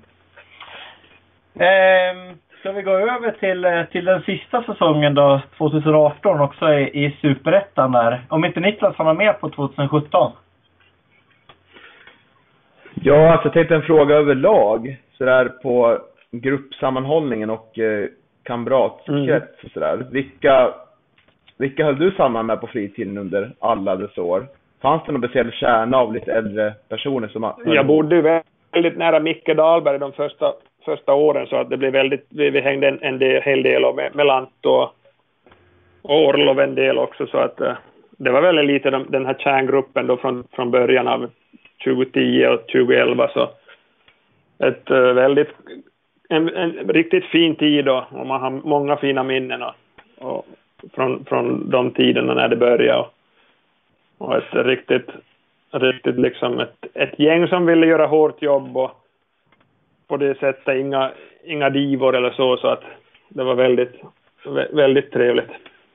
Eh, ska vi gå över till, till den sista säsongen då, tjugoarton, också i, i Superettan där. Om inte Niklas var med på tjugosjutton? Ja, alltså jag tänkte en fråga överlag. Så där på gruppsammanhållningen och eh, kamratkrets Mm. och sådär. Vilka, vilka höll du samman med på fritiden under alla dessa år? Fanns det någon speciell kärna av lite äldre personer som... Jag bodde ju väldigt nära Micke Dahlberg de första, första åren, så att det blev väldigt, vi, vi hängde en, en del, hel del med, med Lant och, och Orlov en del också, så att eh, det var väldigt lite de, den här kärngruppen då från, från början av tjugo-tio och tjugo-elva, så ett eh, väldigt en, en riktigt fin tid då, och man har många fina minnen och, och från, från de tiderna när det började, och, och ett riktigt riktigt liksom ett, ett gäng som ville göra hårt jobb och på det sättet inga, inga divor eller så, så att det var väldigt, väldigt trevligt.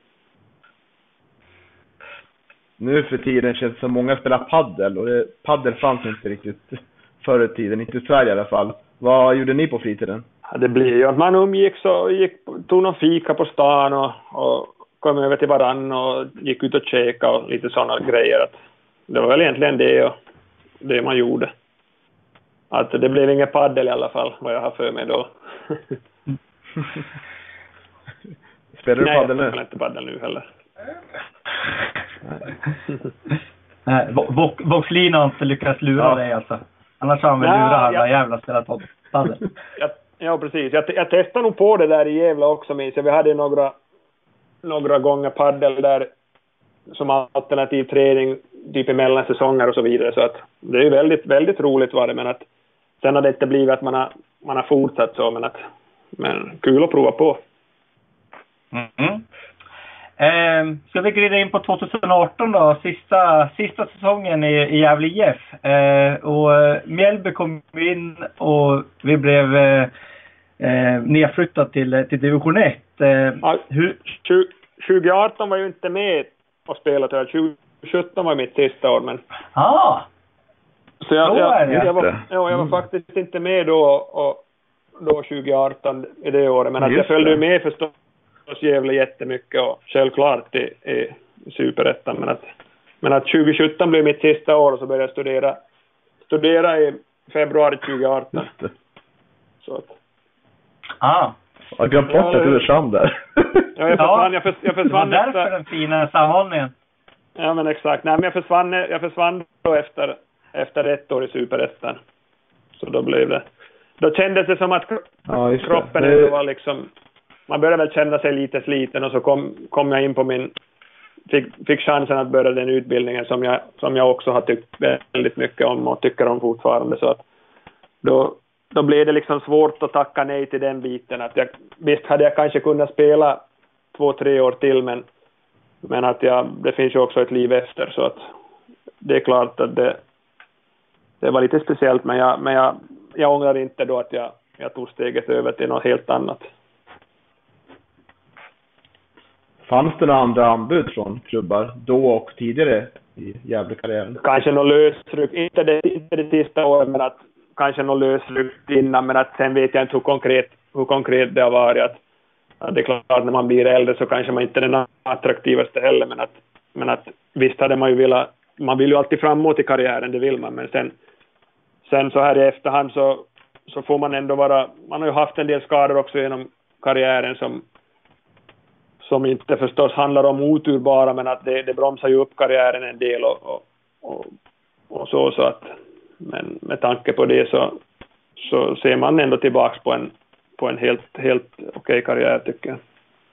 Nu för tiden känns det som många spelar paddel, och det, paddel fanns inte riktigt förr i tiden, inte i Sverige i alla fall. Vad gjorde ni på fritiden? Ja, det blir ju att man umgicks och gick, tog någon fika på stan och, och kom över till varann och gick ut och käka och lite sådana grejer. Att det var väl egentligen det och det man gjorde. Att det blev ingen paddel i alla fall, vad jag har för mig då. Spelar du Nej, paddel nu? jag spelar inte paddel nu heller. Nej, Voxlin har inte lyckats lura Ja. dig alltså. Annars har han väl Ja, lurat alla ja. jävla spelat paddel. Ja, ja, precis. Jag, jag testade nog på det där i Gävle också, minns jag. Vi hade några, några gånger paddel där som alternativ träning typ i mellansäsonger och så vidare. Så att det är ju väldigt, väldigt roligt var det. Men att sen har det inte blivit att man har, man har fortsatt så. Men, att, men kul att prova på. Mm. Eh, ska vi glida in på tjugo arton då, sista, sista säsongen i, i Gävle I F. Eh, och eh, Mjällby kom in och vi blev eh, eh, nedflyttat till, till division ett. Eh, Ja, hur... tjugo arton var ju inte med och spelade. tjugo sjutton var mitt sista år. Men... Ah! Så jag, Så är jag, det. jag, var, Just ja, jag var faktiskt inte med då, och, då tjugo arton i det året. Men att jag Just följde det. med förstås Gävle jättemycket och självklart i, i superettan. Men att, men att tjugo sjutton blev mitt sista år och så började jag studera, studera i februari tjugo arton. Just det. Så att, Ah! Jag glömde bort att du försvann där. ja, jag försvann, jag, förs, jag Det var försvann därför efter, den fina sammanhållningen. ja men exakt. Nej, men jag försvann, jag försvann då efter, efter ett år i superettan. Så då blev det, då kändes det som att Ja, just det. kroppen Det- ändå var liksom, man började väl känna sig lite sliten, och så kom, kom jag in på min, fick, fick chansen att börja den utbildningen som jag, som jag också har tyckt väldigt mycket om och tycker om fortfarande, så att då, då blev det liksom svårt att tacka nej till den biten. Att jag, visst hade jag kanske kunnat spela två, tre år till, men, men att jag, det finns ju också ett liv efter, så att det är klart att det, det var lite speciellt, men jag, men jag, jag ångrar inte då att jag, jag tog steget över till något helt annat. Fanns det några andra anbud från klubbar då och tidigare i Gävle-karriären? Kanske någon lösryck, inte det, inte det sista året, men att kanske någon lösryck innan, men att sen vet jag inte hur konkret, hur konkret det har varit. Att, att det är klart att när man blir äldre så kanske man inte är den attraktivaste heller, men att, men att visst hade man ju velat, man vill ju alltid framåt i karriären, det vill man, men sen, sen så här i efterhand så, så får man ändå vara, man har ju haft en del skador också genom karriären som som inte förstås handlar om otur bara, men att det, det bromsar ju upp karriären en del och, och, och, och så, så att, men med tanke på det så, så ser man ändå tillbaks på en, på en helt, helt okej karriär, tycker jag.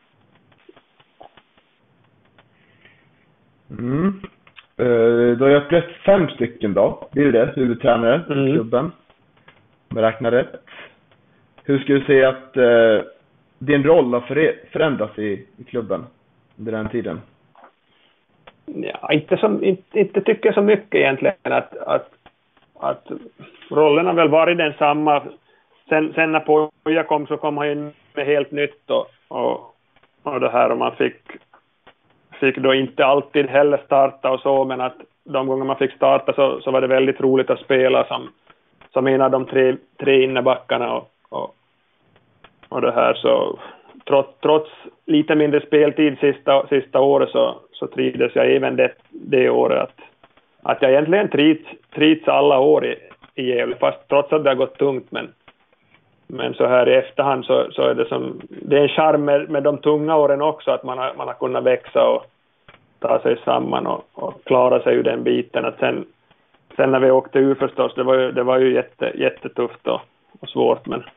Mm. Uh, då har jag upplevt fem stycken då. Blir det huvudtränare i Mm. klubben. Om jag räknar rätt. Hur skulle du säga att uh, din roll har före- förändrats i, i klubben under den tiden? Ja, inte, som, inte, inte tycker jag så mycket egentligen att, att, att rollen har väl varit densamma. Sen, sen när Poja kom så kom han in med helt nytt och, och, och det här, och man fick, fick då inte alltid heller starta och så, men att de gånger man fick starta så, så var det väldigt roligt att spela som, som en av de tre, tre innebackarna och, och, och det här, så trots, trots lite mindre speltid sista, sista året så, så trivdes jag även det, det året att, att jag egentligen trivs, trivs alla år i, i Gävle, fast trots att det har gått tungt, men, men så här i efterhand så, så är det som, det är en charm med, med de tunga åren också, att man har, man har kunnat växa och ta sig samman och, och klara sig ur den biten. Att sen, sen när vi åkte ur förstås, det var ju, det var ju jätte, jättetufft och, och svårt, men,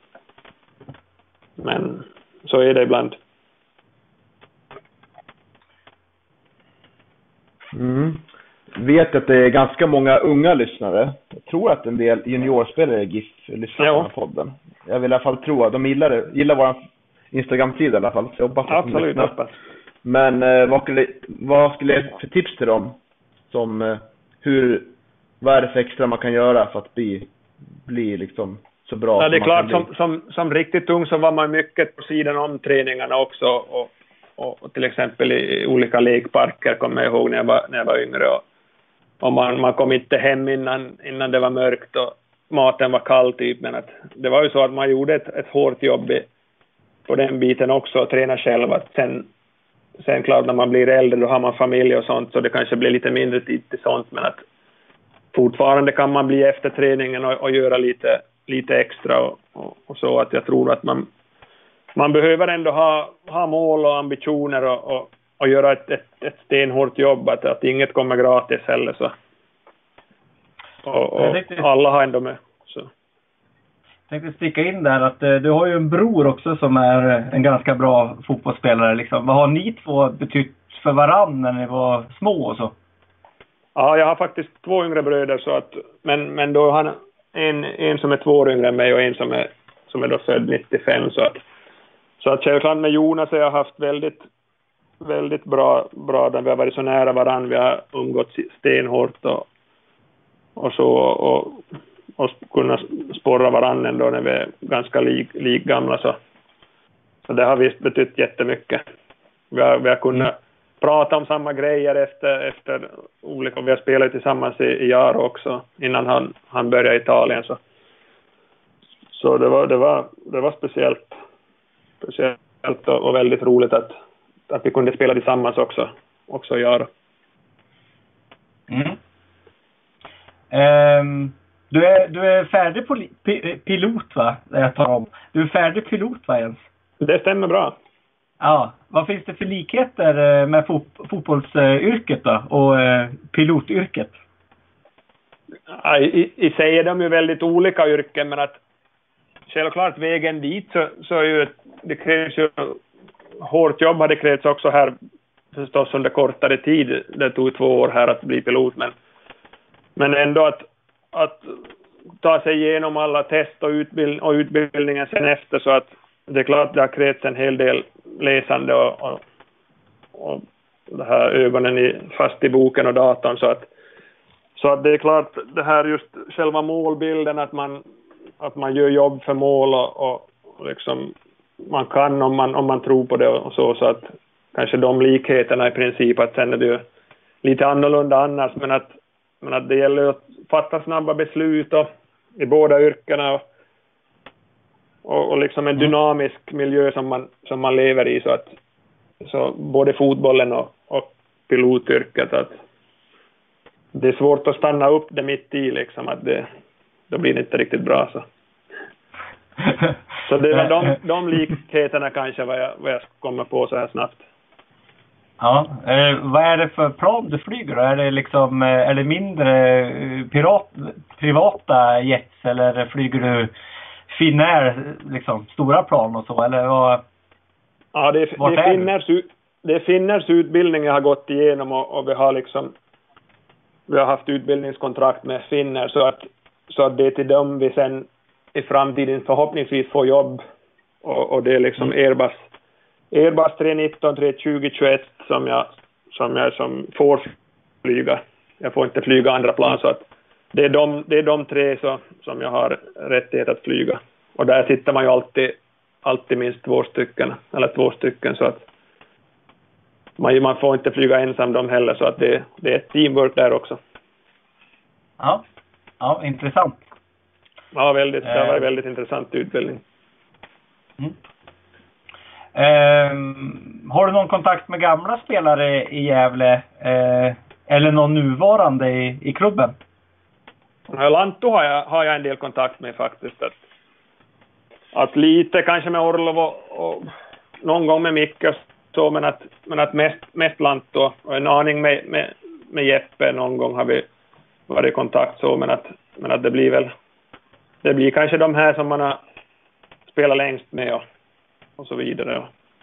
men så är det ibland. Mm. Vet att det är ganska många unga lyssnare. Jag tror att en del juniorspelare i GIF lyssnar på den här podden. Jag vill i alla fall tro att de gillar det. Gillar vår Instagram-sida i alla fall. Så jag hoppas att absolut, de lyssnar. Men eh, vad skulle vad skulle jag för tips till dem? Som eh, hur vad är det för extra man kan göra för att bli bli liksom så bra? Ja, det är som klart, man som, som, som riktigt ung så var man mycket på sidan om träningarna också. Och, och, och till exempel i olika lekparker kommer jag ihåg när jag var, när jag var yngre. Och, och man, man kom inte hem innan, innan det var mörkt och maten var kall typ. Men att, det var ju så att man gjorde ett, ett hårt jobb i, på den biten också och träna själv. Att sen, sen klart när man blir äldre då har man familj och sånt, så det kanske blir lite mindre tid till sånt. Men att fortfarande kan man bli efter träningen och, och göra lite, lite extra och, och, och så. Att jag tror att man, man behöver ändå ha, ha mål och ambitioner och, och, och göra ett, ett, ett stenhårt jobb. Att, att inget kommer gratis heller. Så. Och, och alla har ändå med. Så. Jag tänkte sticka in där att eh, du har ju en bror också som är en ganska bra fotbollsspelare. Liksom. Vad har ni två betytt för varann när ni var små och så? Ja, jag har faktiskt två yngre bröder. Så att, men, men då har han en, en som är två år yngre än mig och en som är, som är då född nittiofem. Så att, så att självklart med Jonas har jag haft väldigt, väldigt bra, bra där vi har varit så nära varann. Vi har umgått stenhårt och, och så och, och kunna sporra varandra ändå när vi är ganska lik, lik gamla. Så. så det har visst betytt jättemycket. Vi har, vi har kunnat prata om samma grejer efter, efter olika, vi har spelat tillsammans i, i Jaro också innan han, han började i Italien. Så, så det, var, det, var, det var speciellt, speciellt och, och väldigt roligt att, att vi kunde spela tillsammans också, också i Jaro. Mm. Um, du, är, du är färdig poli, pi, pilot va? Jag tar om. Du är färdig pilot va Jens? Det stämmer bra. Ja, vad finns det för likheter med fot, fotbollsyrket då och pilotyrket? Ja, i, i sig är de ju väldigt olika yrken, men att självklart vägen dit så, så är ju det krävs ju hårt jobb har det krävts också här förstås under kortare tid. Det tog två år här att bli pilot, men men ändå att, att ta sig igenom alla test och, utbild, och utbildningen sen efter, så att det är klart det har krävts en hel del läsande och, och, och det här ögonen i, fast i boken och datorn, så att, så att det är klart det här just själva målbilden, att man, att man gör jobb för mål och, och, och liksom man kan om man, om man tror på det och så, så att kanske de likheterna i princip, att sen är det ju lite annorlunda annars, men att, men att det gäller att fatta snabba beslut och, i båda yrkena och Och, och liksom en dynamisk miljö som man, som man lever i, så att så både fotbollen och, och pilotyrket, att det är svårt att stanna upp det mitt i liksom, att det, då blir det inte riktigt bra så. Så det är de, de likheterna kanske vad jag, vad jag kommer på så här snabbt. Ja, eh, vad är det för plan du flyger då? Är det liksom är det mindre pirat, privata jets eller flyger du Finnair, liksom, stora plan och så, eller vad? Ja, det är, det är, Finners, det är Finners utbildning jag har gått igenom och, och vi har liksom vi har haft utbildningskontrakt med Finner, så att, så att det är till dem vi sen i framtiden förhoppningsvis får jobb och, och det är liksom mm. Airbus Airbus tre nitton, tre tjugo, tjugoett som jag, som jag som får flyga. Jag får inte flyga andra plan, så att Det är, de, det är de tre så, som jag har rättighet att flyga. Och där sitter man ju alltid, alltid minst två stycken. Eller två stycken, så att man, man får inte flyga ensam dem heller. Så att det, det är ett teamwork där också. Ja, ja intressant. Ja, väldigt, det var en väldigt intressant utbildning. Mm. Eh, har du någon kontakt med gamla spelare i Gävle? Eh, eller någon nuvarande i, i klubben? Lanto har jag, har jag en del kontakt med faktiskt. Att, att lite kanske med Orlov och, och någon gång med Micke så, men att, men att mest, mest Lantto och en aning med, med, med Jeppe någon gång har vi varit i kontakt så, men att, men att det blir väl det blir kanske de här som man har spelat längst med och, och så vidare.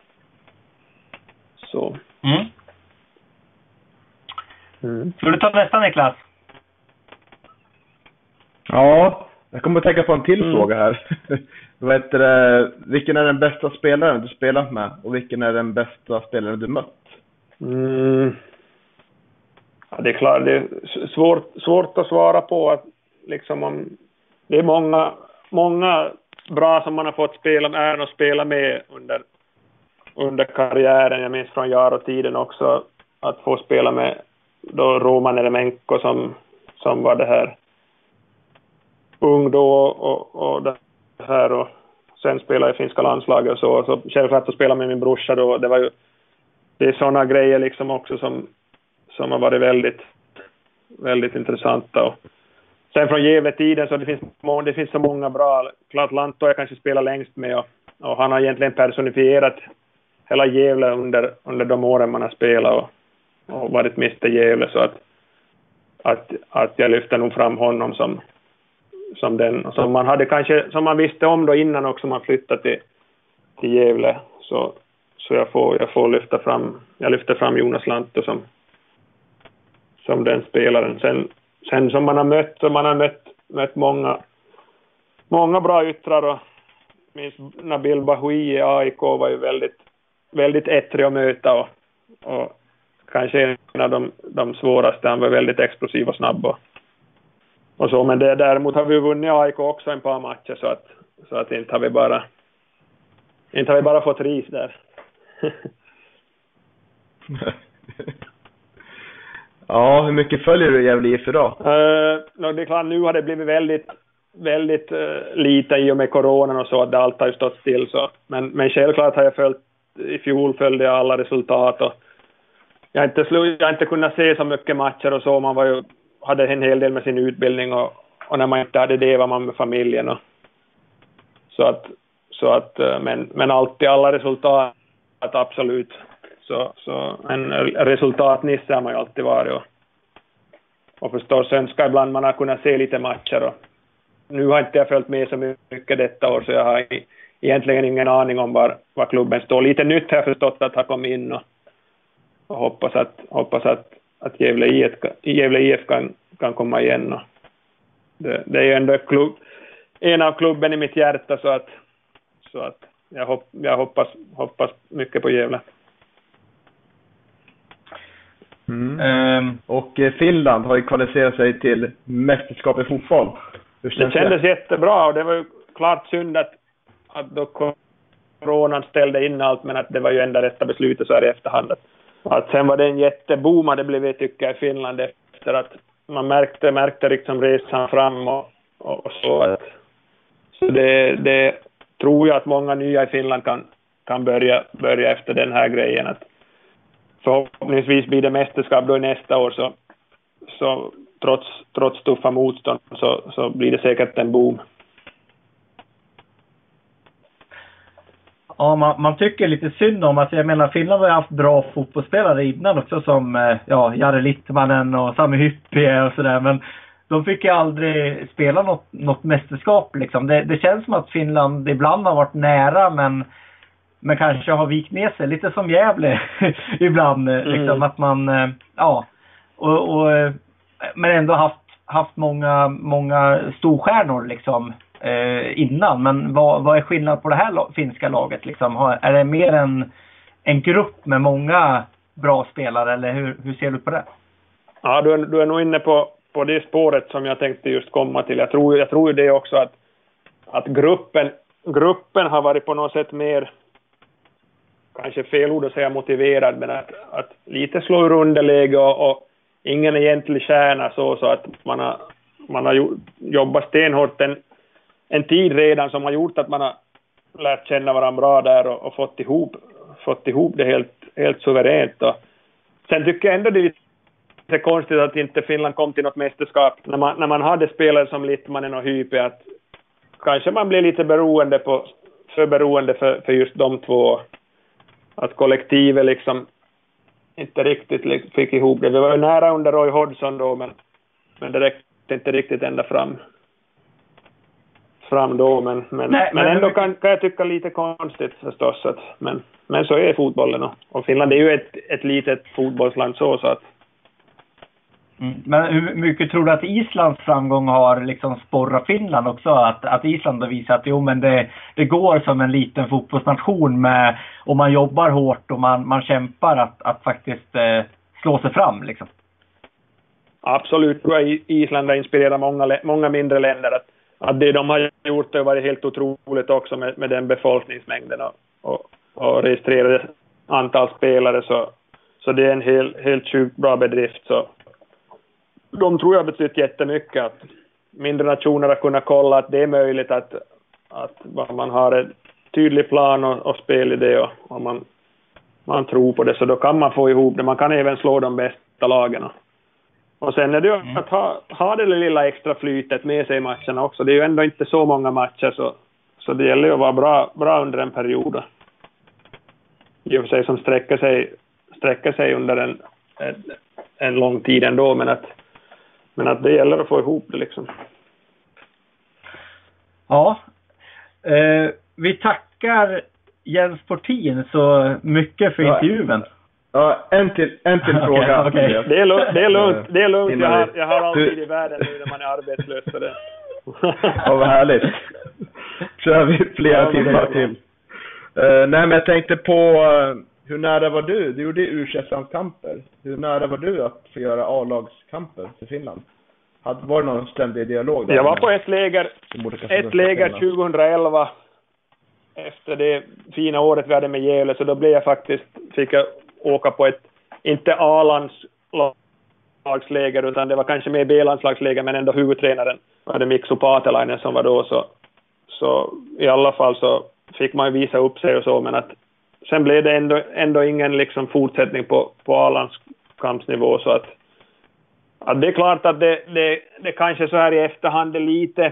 Så. Mm. Mm. Ska du ta nästa, Niklas? Ja, jag kommer att tänka på en till Mm. fråga här. Vad heter det, vilken är den bästa spelaren du spelat med och vilken är den bästa spelaren du mött? Mm. Ja, det är klart, det är svårt, svårt att svara på att liksom om det är många, många bra som man har fått spela med och spela med under, under karriären. Jag minns från Jaro-tiden också att få spela med då Roman Eremenko som, som var det här ung då och, och det här och sen spelade i finska landslaget och så. Så självklart att spela med min brorsa då, det var ju det är sådana grejer liksom också som, som har varit väldigt väldigt intressanta. Och sen från Gävle-tiden så det finns, det finns så många bra. Klart Lantto jag kanske spelar längst med och, och han har egentligen personifierat hela Gävle under, under de åren man har spelat och, och varit mister Gävle så att, att, att jag lyfter nog fram honom som, som den som man hade kanske som man visste om då innan också man flyttade till, till Gävle så, så jag får jag får lyfta fram jag lyfter fram Jonas Lantto som som den spelaren. Sen, sen som man har mött så man har mött, mött många många bra yttrar och minns Nabil Bahoui i A I K var ju väldigt väldigt ettrig att möta och, och kanske en av de, de svåraste. Han var väldigt explosiv och snabb och, och så. Men det, däremot har vi vunnit A I K också en par matcher så att, så att inte har vi bara inte har vi bara fått ris där. Ja, hur mycket följer du Gävle I F idag? Uh, det är klart, nu har det blivit väldigt väldigt uh, lite i och med coronan och så att det allt har ju stått still så. Men, men självklart har jag följt i fjol följde jag alla resultat och jag har inte, slu, jag har inte kunnat se så mycket matcher och så. Man var ju, hade en hel del med sin utbildning och, och när man inte hade det var man med familjen och så att, så att men, men alltid alla resultat absolut så, så en resultatnisse har man ju alltid varit och, och förstås önskar ibland man har kunnat se lite matcher och nu har inte jag följt med så mycket detta år så jag har egentligen ingen aning om var, var klubben står. Lite nytt har jag förstått att ha kommit in och, och hoppas att, hoppas att, att Gävle I F, Gävle I F kan, kan komma igen. Och det, det är ju ändå klubb, en av klubben i mitt hjärta så att, så att jag, hopp, jag hoppas, hoppas mycket på Gävle. Mm. Um, och Finland har ju kvalificerat sig till mästerskap i fotboll. Hur känns det kändes det? jättebra och det var ju klart synd att, att då coronan ställde in allt men att det var ju enda rätta beslutet så här i efterhand. Att sen var det en jätteboom det blev tycker jag i Finland efter att man märkte, märkte liksom resan fram och, och så. Att, så det, det tror jag att många nya i Finland kan, kan börja, börja efter den här grejen. Att förhoppningsvis blir det mästerskap då nästa år så, så trots, trots tuffa motstånd så, så blir det säkert en boom. Ja, man, man tycker lite synd om, alltså jag menar Finland har ju haft bra fotbollsspelare innan också som ja, Jari Littmanen och Sami Hyppie och sådär, men de fick ju aldrig spela något, något mästerskap liksom. Det, det känns som att Finland ibland har varit nära men, men kanske har vikt ner sig, lite som Gävle ibland mm. liksom att man, ja, och, och, men ändå haft, haft många, många storstjärnor liksom Eh, innan, men vad, vad är skillnad på det här la- finska laget liksom? Har, är det mer en, en grupp med många bra spelare eller hur, hur ser du på det? Ja, du är, du är nog inne på, på det spåret som jag tänkte just komma till. Jag tror, jag tror ju det också att, att gruppen, gruppen har varit på något sätt mer, kanske fel ord att säga motiverad, men att, att lite slå ur underläge och, och ingen egentlig kärna så, så att man har, man har jobbat stenhårt en en tid redan som har gjort att man har lärt känna varandra bra där och, och fått ihop fått ihop det helt, helt suveränt. Och sen tycker jag ändå det är lite konstigt att inte Finland kom till något mästerskap när man, när man hade spelare som Littmanen och Hype, att kanske man blir lite beroende på, för beroende för, för just de två. Att kollektivet liksom inte riktigt fick ihop det. Vi var ju nära under Roy Hodgson då, men, men det räckte inte riktigt ända fram. Fram då, men, men, Nej, men, men ändå kan, kan jag tycka lite konstigt förstås. Att, men, men så är fotbollen. Och, och Finland är ju ett, ett litet fotbollsland så, så att Mm. Men hur mycket tror du att Islands framgång har liksom sporrat Finland också? Att, att Island har visat att jo, men det, det går som en liten fotbollsnation med, och man jobbar hårt och man, man kämpar att, att faktiskt eh, slå sig fram liksom. Absolut, tror jag Island har inspirerat många, många mindre länder. Att, att det de har gjort har varit helt otroligt också med, med den befolkningsmängden och, och, och registrerade antal spelare. Så, så det är en hel, helt sjukt bra bedrift. Så de tror jag har betytt jättemycket att mindre nationer har kunnat kolla att det är möjligt att, att man har en tydlig plan och, och spelidé och, och man, man tror på det, så då kan man få ihop det. Man kan även slå de bästa lagen. Och sen är det ju mm. att ha, ha det lilla extra flytet med sig i matcherna också. Det är ju ändå inte så många matcher, så, så det gäller ju att vara bra, bra under en period. I och för sig som sträcker sig, sträcker sig under en, en, en lång tid ändå, men att Men att det gäller att få ihop det liksom. Ja. Eh, vi tackar Jens Portin så mycket för ja. intervjun. Ja, en till, en till fråga. Okay, okay. Det är lugnt. Det är lugnt. Det är lugnt. Jag har, jag har alltid i världen nu när man är arbetslös. Så det. Ja, vad härligt. Kör vi flera ja, timmar till. Uh, nej, men jag tänkte på... Uh, hur nära var du? Du gjorde U tjugoett-kamper. Hur nära var du att få göra A-lagskamper för Finland? Var det någon ständig dialog där? Jag var på ett läger, ett läger tjugoelva efter det fina året vi hade med Gävle, så då blev jag faktiskt, fick jag åka på ett, inte A-landslagsläger utan det var kanske mer B-landslagsläger, men ändå huvudtränaren var det Mikko Paatelainen som var då, så, så i alla fall så fick man visa upp sig och så, men att sen blev det ändå, ändå ingen liksom fortsättning på, på A-landskampsnivå, så att, att det är klart att det, det, det kanske så här i efterhand är lite,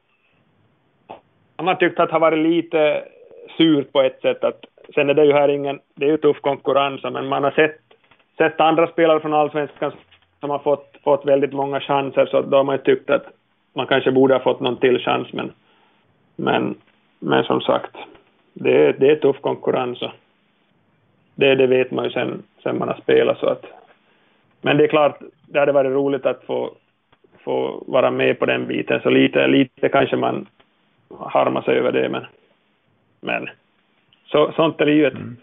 man tyckte att det har varit lite surt på ett sätt, att sen är det ju här ingen, det är ju tuff konkurrens, men man har sett, sett andra spelare från Allsvenskan som har fått, fått väldigt många chanser, så då har man ju tyckt att man kanske borde ha fått någon till chans, men, men, men som sagt, det, det är tuff konkurrens och Det, det vet man ju sen, sen man har spelat, så att, men det är klart, det hade varit roligt att få, få vara med på den biten, så lite, lite kanske man harmar sig över det, men, men så, sånt är livet. Mm.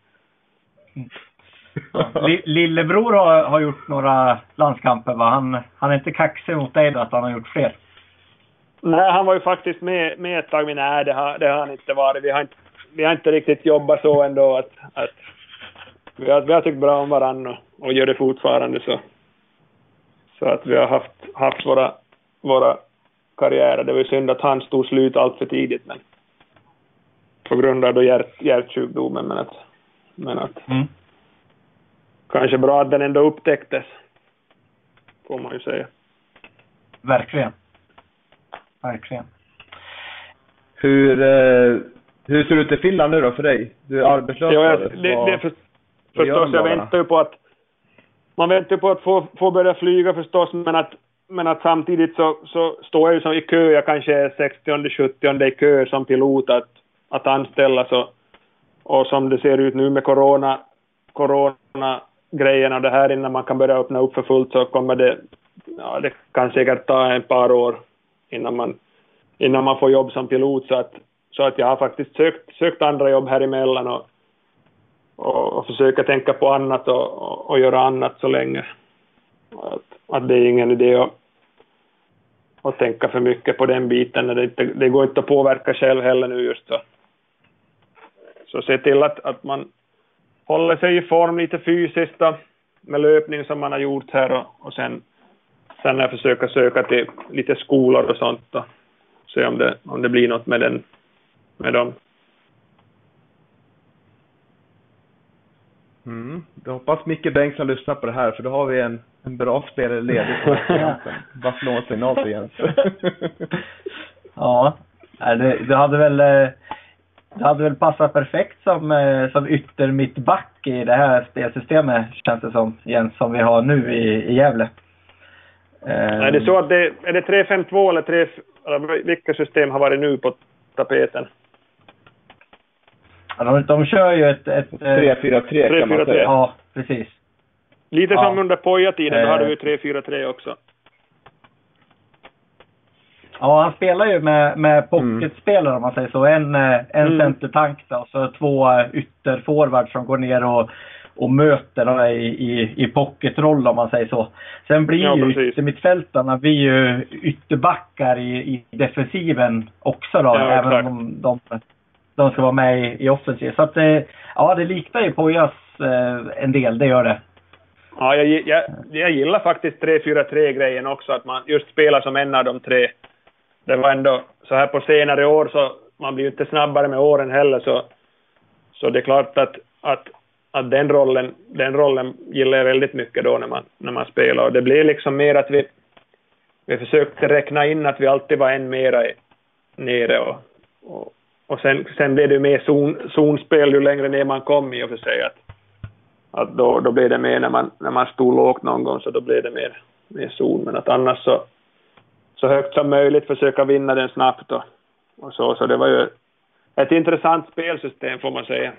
Ja, Lillebror har, har gjort några landskamper, va? Han, han är inte kaxig mot dig då, att han har gjort fler? Nej, han var ju faktiskt med, med ett tag, men nej, det har, det har han inte varit. Vi har inte, vi har inte riktigt jobbat så ändå att, att vi, har, vi har tyckt bra om varandra och, och gör det fortfarande, så så att vi har haft, haft våra, våra karriärer. Det var ju synd att han stod slut allt för tidigt, men på grund av då hjärt, hjärtsjukdomen, men att, men att mm. kanske bra att den ändå upptäcktes, får man ju säga. Verkligen. Verkligen. Hur, eh, hur ser det ut i Finland nu då för dig? Du är arbetslös. Ja, jag, det, det, det för, förstås, jag väntar ju på att man väntar på att få, få börja flyga förstås, men att, men att samtidigt så, så står jag ju som i kö, jag kanske är sextio sjuttio i kö som pilot att, att anställa, så, och som det ser ut nu med corona, corona grejerna det här, innan man kan börja öppna upp för fullt, så kommer det, ja, det kan säkert ta en par år innan man, innan man får jobb som pilot, så att, så att jag har faktiskt sökt, sökt andra jobb här emellan och, och, och försöka tänka på annat och, och, och göra annat så länge. Att, att det är ingen idé att, att tänka för mycket på den biten. Det, inte, det går inte att påverka själv heller nu just så. Så se till att, att man håller sig i form lite fysiskt då, med löpning som man har gjort här, och, och sen Sen jag försöker söka till lite skolor och sånt då. Se om det, om det blir något med, den, med dem. Mm. Jag hoppas Micke Bengtsson lyssnar på det här, för då har vi en, en bra spelare ledig på Bara slå en signal igen. Ja, det, det hade väl det hade väl passat perfekt som, eh, som ytter mittback i det här spelsystemet, känns det som, Jens, som vi har nu i, i Gävle. Eh, är det så att det är det tre fem två eller tre, eller vilka system har varit nu på tapeten? Ja, de, de kör ju ett... ett tre fyra tre kan man säga. Ja, precis. Lite ja. som under Poja-tiden, eh. då hade vi tre fyra tre också. Ja, han spelar ju med, med pocketspelare mm. om man säger så. En, en mm. centertank då, och så två ytterforward som går ner och, och möter då, i, i, i pocketroll om man säger så. Sen blir ja, ju yttermittfältarna blir ju ytterbackar i, i defensiven också då, ja, även exakt. om de, de ska vara med i, i offensiv. Så att ja, det liknar ju Pojas eh, en del, det gör det. Ja, jag, jag, jag gillar faktiskt tre fyra tre-grejen också, att man just spelar som en av de tre. Det var ändå så här på senare år, så man blir ju inte snabbare med åren heller, så, så det är klart att, att, att den, rollen, den rollen gillar jag väldigt mycket då när man, när man spelar. Och det blir liksom mer att vi, vi försökte räkna in att vi alltid var en mera i, nere och, och, och sen, sen blev det mer zon, zonspel ju längre ner man kom i och för sig, att att då, då blir det mer när man, när man stod lågt någon gång, så då blir det mer, mer zon. Men att annars så, så högt som möjligt försöka vinna den snabbt. Och, och så, så det var ju ett intressant spelsystem får man säga.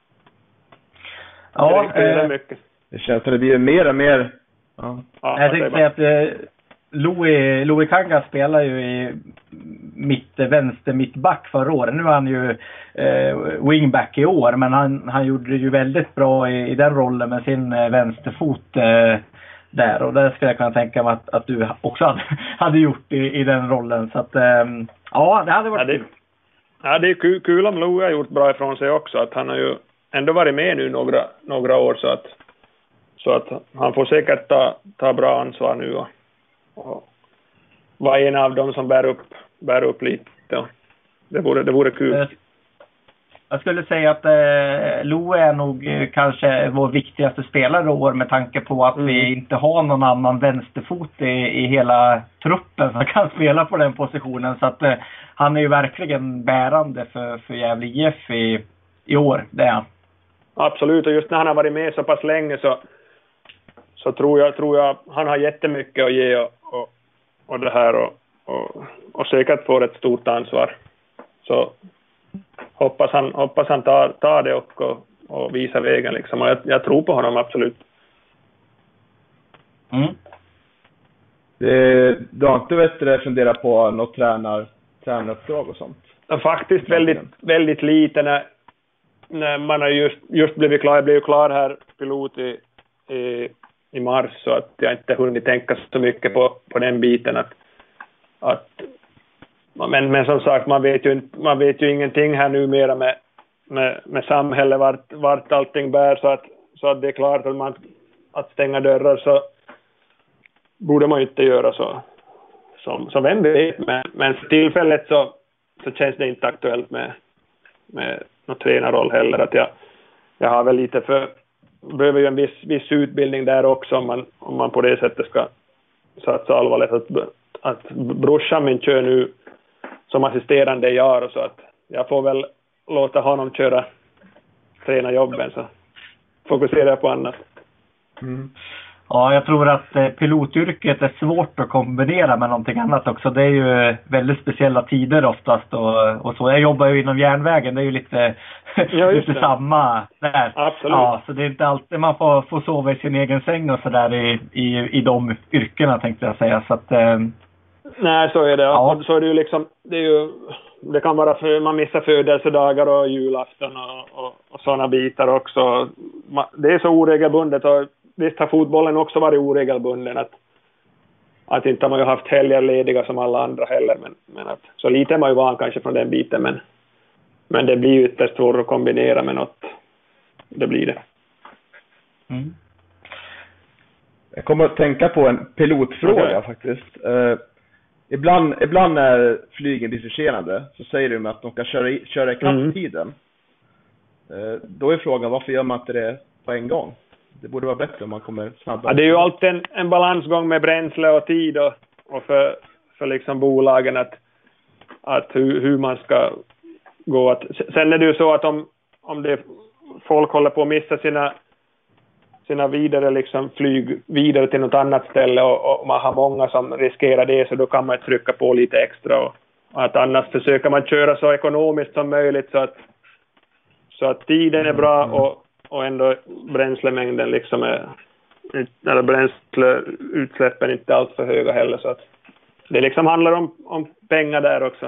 Ja, det, eh, mycket. Det känns som det blir mer och mer. Ja. Ja, jag tänkte säga att eh, Louis, Louis Kanga spelar ju i mitt vänster mittback förra året. Nu är han ju eh, wingback i år, men han, han gjorde det ju väldigt bra i, i den rollen med sin eh, vänsterfot eh, där. Och det skulle jag kunna tänka mig att, att du också hade, hade gjort i, i den rollen. Så att eh, ja, det hade varit ja, det, kul. Ja, det är kul, kul om Louis har gjort bra ifrån sig också. Att han har ju ändå varit med nu några, några år, så att, så att han får säkert ta, ta bra ansvar nu och och var en av dem som bär upp, bär upp lite. Ja. Det, vore, det vore kul. Jag skulle säga att eh, Lo är nog eh, kanske vår viktigaste spelare i år, med tanke på att mm. vi inte har någon annan vänsterfot i, i hela truppen som kan spela på den positionen. Så att eh, han är ju verkligen bärande för, för Gävle I F i, i år, det är han. Absolut, och just när han har varit med så pass länge så så tror jag, tror jag han har jättemycket att ge och, och, och det här och, och, och säkert får ett stort ansvar. Så hoppas han, hoppas han tar, tar det och, och, och visar vägen liksom. Och jag, jag tror på honom absolut. Mm. Det, du har inte vet det, funderat på något tränar, tränaruppdrag och sånt? Ja, faktiskt väldigt, väldigt lite när, när man har just, just blivit klar. Jag blev klar här pilot i, i i mars, så att jag inte hunnit tänka så mycket på, på den biten att, att men, men som sagt, man vet ju, man vet ju ingenting här numera med, med, med samhället, vart, vart allting bär, så att, så att det är klart att man att stänga dörrar så borde man ju inte göra så som, som vem vet, men, men för tillfället så, så känns det inte aktuellt med, med någon tränarroll heller, att jag, jag har väl lite för behöver ju en viss, viss utbildning där också, om man, om man på det sättet ska satsa allvarligt. Att, att brorsan min kör nu som assisterande i år, så att jag får väl låta honom köra träna jobben, så fokusera på annat. Mm. Ja, jag tror att eh, pilotyrket är svårt att kombinera med någonting annat också. Det är ju väldigt speciella tider oftast och, och så. Jag jobbar ju inom järnvägen, det är ju lite, ja, lite samma där. Absolut. Ja, så det är inte alltid man får, får sova i sin egen säng och sådär i, i, i de yrkena, tänkte jag säga. Så att, eh, nej, så är det. Ja. Så är det ju liksom, det är ju, det kan vara för man missar födelsedagar och julafton och, och, och sådana bitar också. Det är så oregelbundet, och visst har fotbollen också varit oregelbunden, att, att inte har man ju haft helger lediga som alla andra heller, men, men att, så lite är man ju van kanske från den biten, men, men det blir ju ytterst svårt att kombinera med något. Det blir det. Mm. Jag kommer att tänka på en pilotfråga okay. faktiskt. Uh, ibland, ibland när flygen blir försenade så säger de att de kan köra i, köra i klapptiden. Mm. Uh, då är frågan, varför gör man inte det på en gång? Det borde vara bättre om man kommer snabbare. Ja, det är ju alltid en, en balansgång med bränsle och tid och, och för, för liksom bolagen att, att hur, hur man ska gå att, sen är det ju så att om, om det folk håller på att missa sina sina vidare liksom flyg vidare till något annat ställe och, och man har många som riskerar det, så då kan man trycka på lite extra och, och att annars försöker man köra så ekonomiskt som möjligt så att så att tiden är bra och, och ändå bränslemängden liksom är, eller bränsleutsläppen inte alls för höga heller, så att det liksom handlar om, om pengar där också.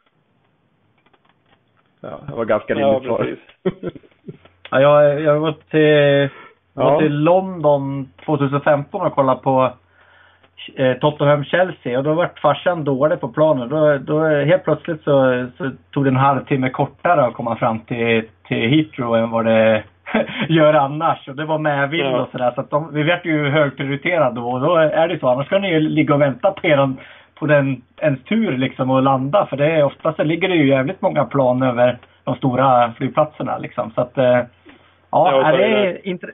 Ja, det var ganska rimligt ja, svar. Ja, jag, jag var till, jag var Ja. till London tjugohundrafemton och kollade på eh, Tottenham-Chelsea och då var farsan dålig på planen. Då, då helt plötsligt så, så tog det en halvtimme kortare att komma fram till, till Heathrow än vad det gör annars. Och det var medvind Ja. och sådär. Så att de, vi vet ju högprioriterade då och då är det så. Annars ska ni ju ligga och vänta på er, på den, ens tur liksom och landa. För det är oftast så ligger det ju jävligt många plan över de stora flygplatserna liksom. Så att, eh, ja, Ja, är så det är det. är intre-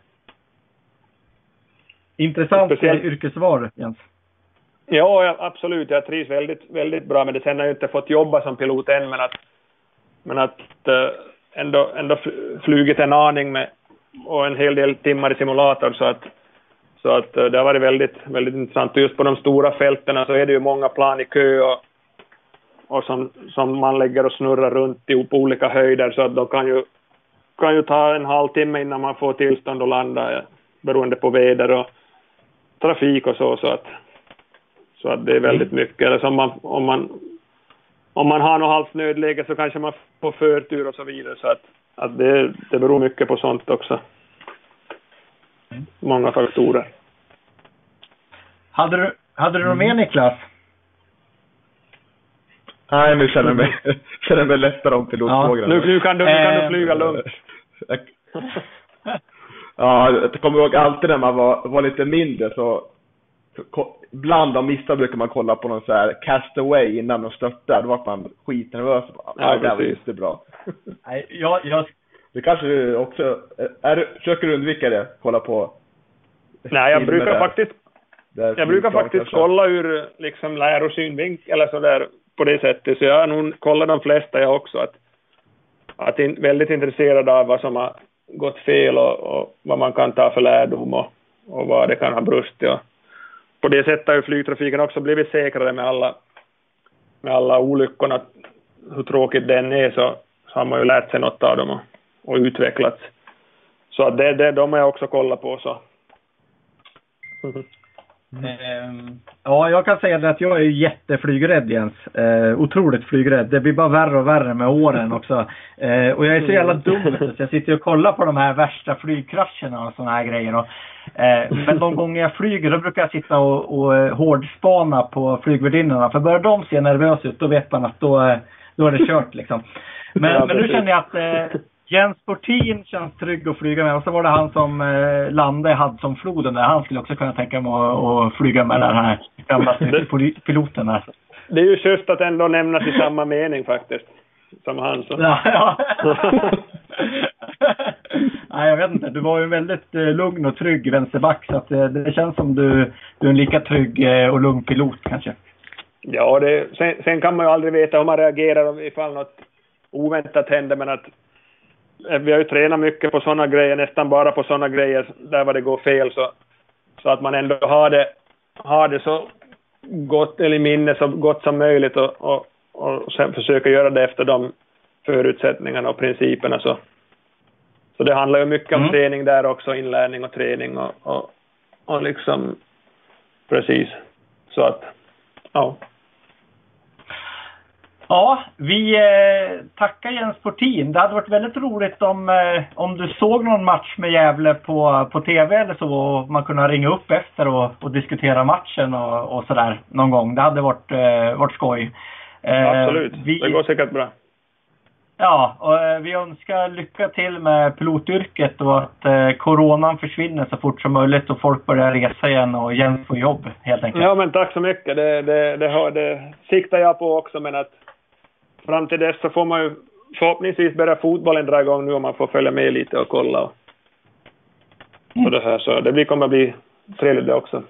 intressant Speciellt- yrkesval, Jens. Ja, ja, absolut. Jag trivs väldigt, väldigt bra med det. Sen har jag inte fått jobba som pilot än, men att, men att äh, ändå, ändå flugit en aning med och en hel del timmar i simulator, så att, så att äh, det har varit väldigt, väldigt intressant. Och just på de stora fältena så är det ju många plan i kö och, och som, som man lägger och snurrar runt i på olika höjder, så att de kan ju, kan ju ta en halvtimme innan man får tillstånd att landa, ja, beroende på väder och trafik och så, så att Så att det är väldigt mycket. Eller som man, om, man, om man har något halvt nödläge så kanske man får förtur och så vidare. Så att, att det, det beror mycket på sånt också. Många faktorer. Hade du, hade du något mer, Niklas? Nej, nu känner jag mig, känner jag mig lättare om pilotfrågorna. Nu, nu, kan du, nu kan du Eh, flyga lugnt. Ja, jag kommer ihåg alltid när man var, var lite mindre så ko- bland de misstag brukar man kolla på någon så här castaway innan de störtar. Då var man skitnervös. Ja, Ja, det där var precis. inte bra. Nej, jag, jag, Det kanske du också... Är, du- försöker du undvika det? Kolla på... Nej, jag filmer brukar där- faktiskt där Jag brukar flygplan faktiskt kanske. kolla ur liksom lärosynvinkel eller så där på det sättet. Så jag har nog kollat de flesta jag också. Att, att in, väldigt intresserad av vad som har gått fel och, och vad man kan ta för lärdom och, och vad det kan ha brustit. Och på det sättet har ju flygtrafiken också blivit säkrare med alla, med alla olyckorna. Hur tråkigt den är, så, så har man ju lärt sig något av dem och, och utvecklats. Så att det, det, de har jag också kollat på. Så. Ehm, ja, jag kan säga det att jag är jätteflygrädd, Jens. Eh, otroligt flygrädd. Det blir bara värre och värre med åren också. Eh, och jag är så jävla dum, så jag sitter och kollar på de här värsta flygkrascherna och såna här grejer. Och, eh, men de gånger jag flyger, då brukar jag sitta och, och eh, hårdspana på flygvärdinnorna. För börjar de se nervös ut, då vet man att då, eh, då är det kört liksom. Men, Ja, men nu precis. känner jag att eh, Jens Portin känns trygg att flyga med. Och så var det han som eh, landade hade som floden där. Han skulle också kunna tänka mig att, att flyga med den här gamla pil- piloten här. Det är ju just att ändå nämnas i samma mening faktiskt. Som han så. Ja, ja. Nej, jag vet inte. Du var ju väldigt eh, lugn och trygg vänsterback. Så att, eh, det känns som du, du är en lika trygg eh, och lugn pilot kanske. Ja, det, sen, sen kan man ju aldrig veta hur man reagerar ifall något oväntat händer. Men att eh, vi har ju tränat mycket på sådana grejer. Nästan bara på sådana grejer där var det går fel. Så, så att man ändå har det, har det så gott eller minne så gott som möjligt. Och, och, och sen försöka göra det efter de förutsättningarna och principerna. Så, så det handlar ju mycket om Mm. träning där också. Inlärning och träning. Och, och, och liksom precis. Så att ja. Ja, vi eh, tackar Jens Portin. Det hade varit väldigt roligt om, eh, om du såg någon match med Gävle på, på tv eller så. Och man kunde ringa upp efter och, och diskutera matchen och, och sådär någon gång. Det hade varit, eh, varit skoj. Eh, Absolut, vi, det går säkert bra. Ja, och eh, vi önskar lycka till med pilotyrket och att eh, coronan försvinner så fort som möjligt och folk börjar resa igen och Jens får jobb helt enkelt. Ja, men tack så mycket. Det, det, det, har, det siktar jag på också, men att fram till dess så får man ju förhoppningsvis börja fotbollen dra igång nu om man får följa med lite och kolla och, och det här. Så det blir, kommer att bli trevligt det också.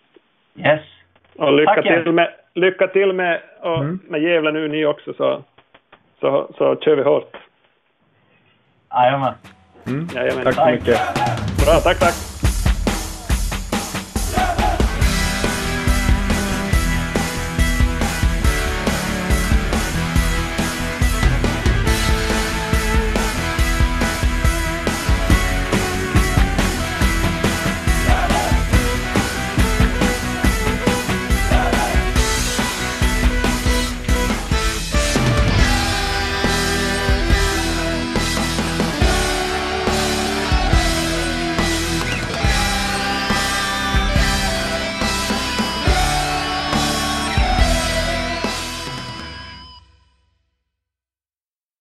Yes. Och lycka Tack, till Jens. med, lycka till med, och, Mm. med Gävle nu ni också. Så så, så kör vi hårt. Jajamän. Mm. Jajamän. Tack så mycket. Bra, tack, tack.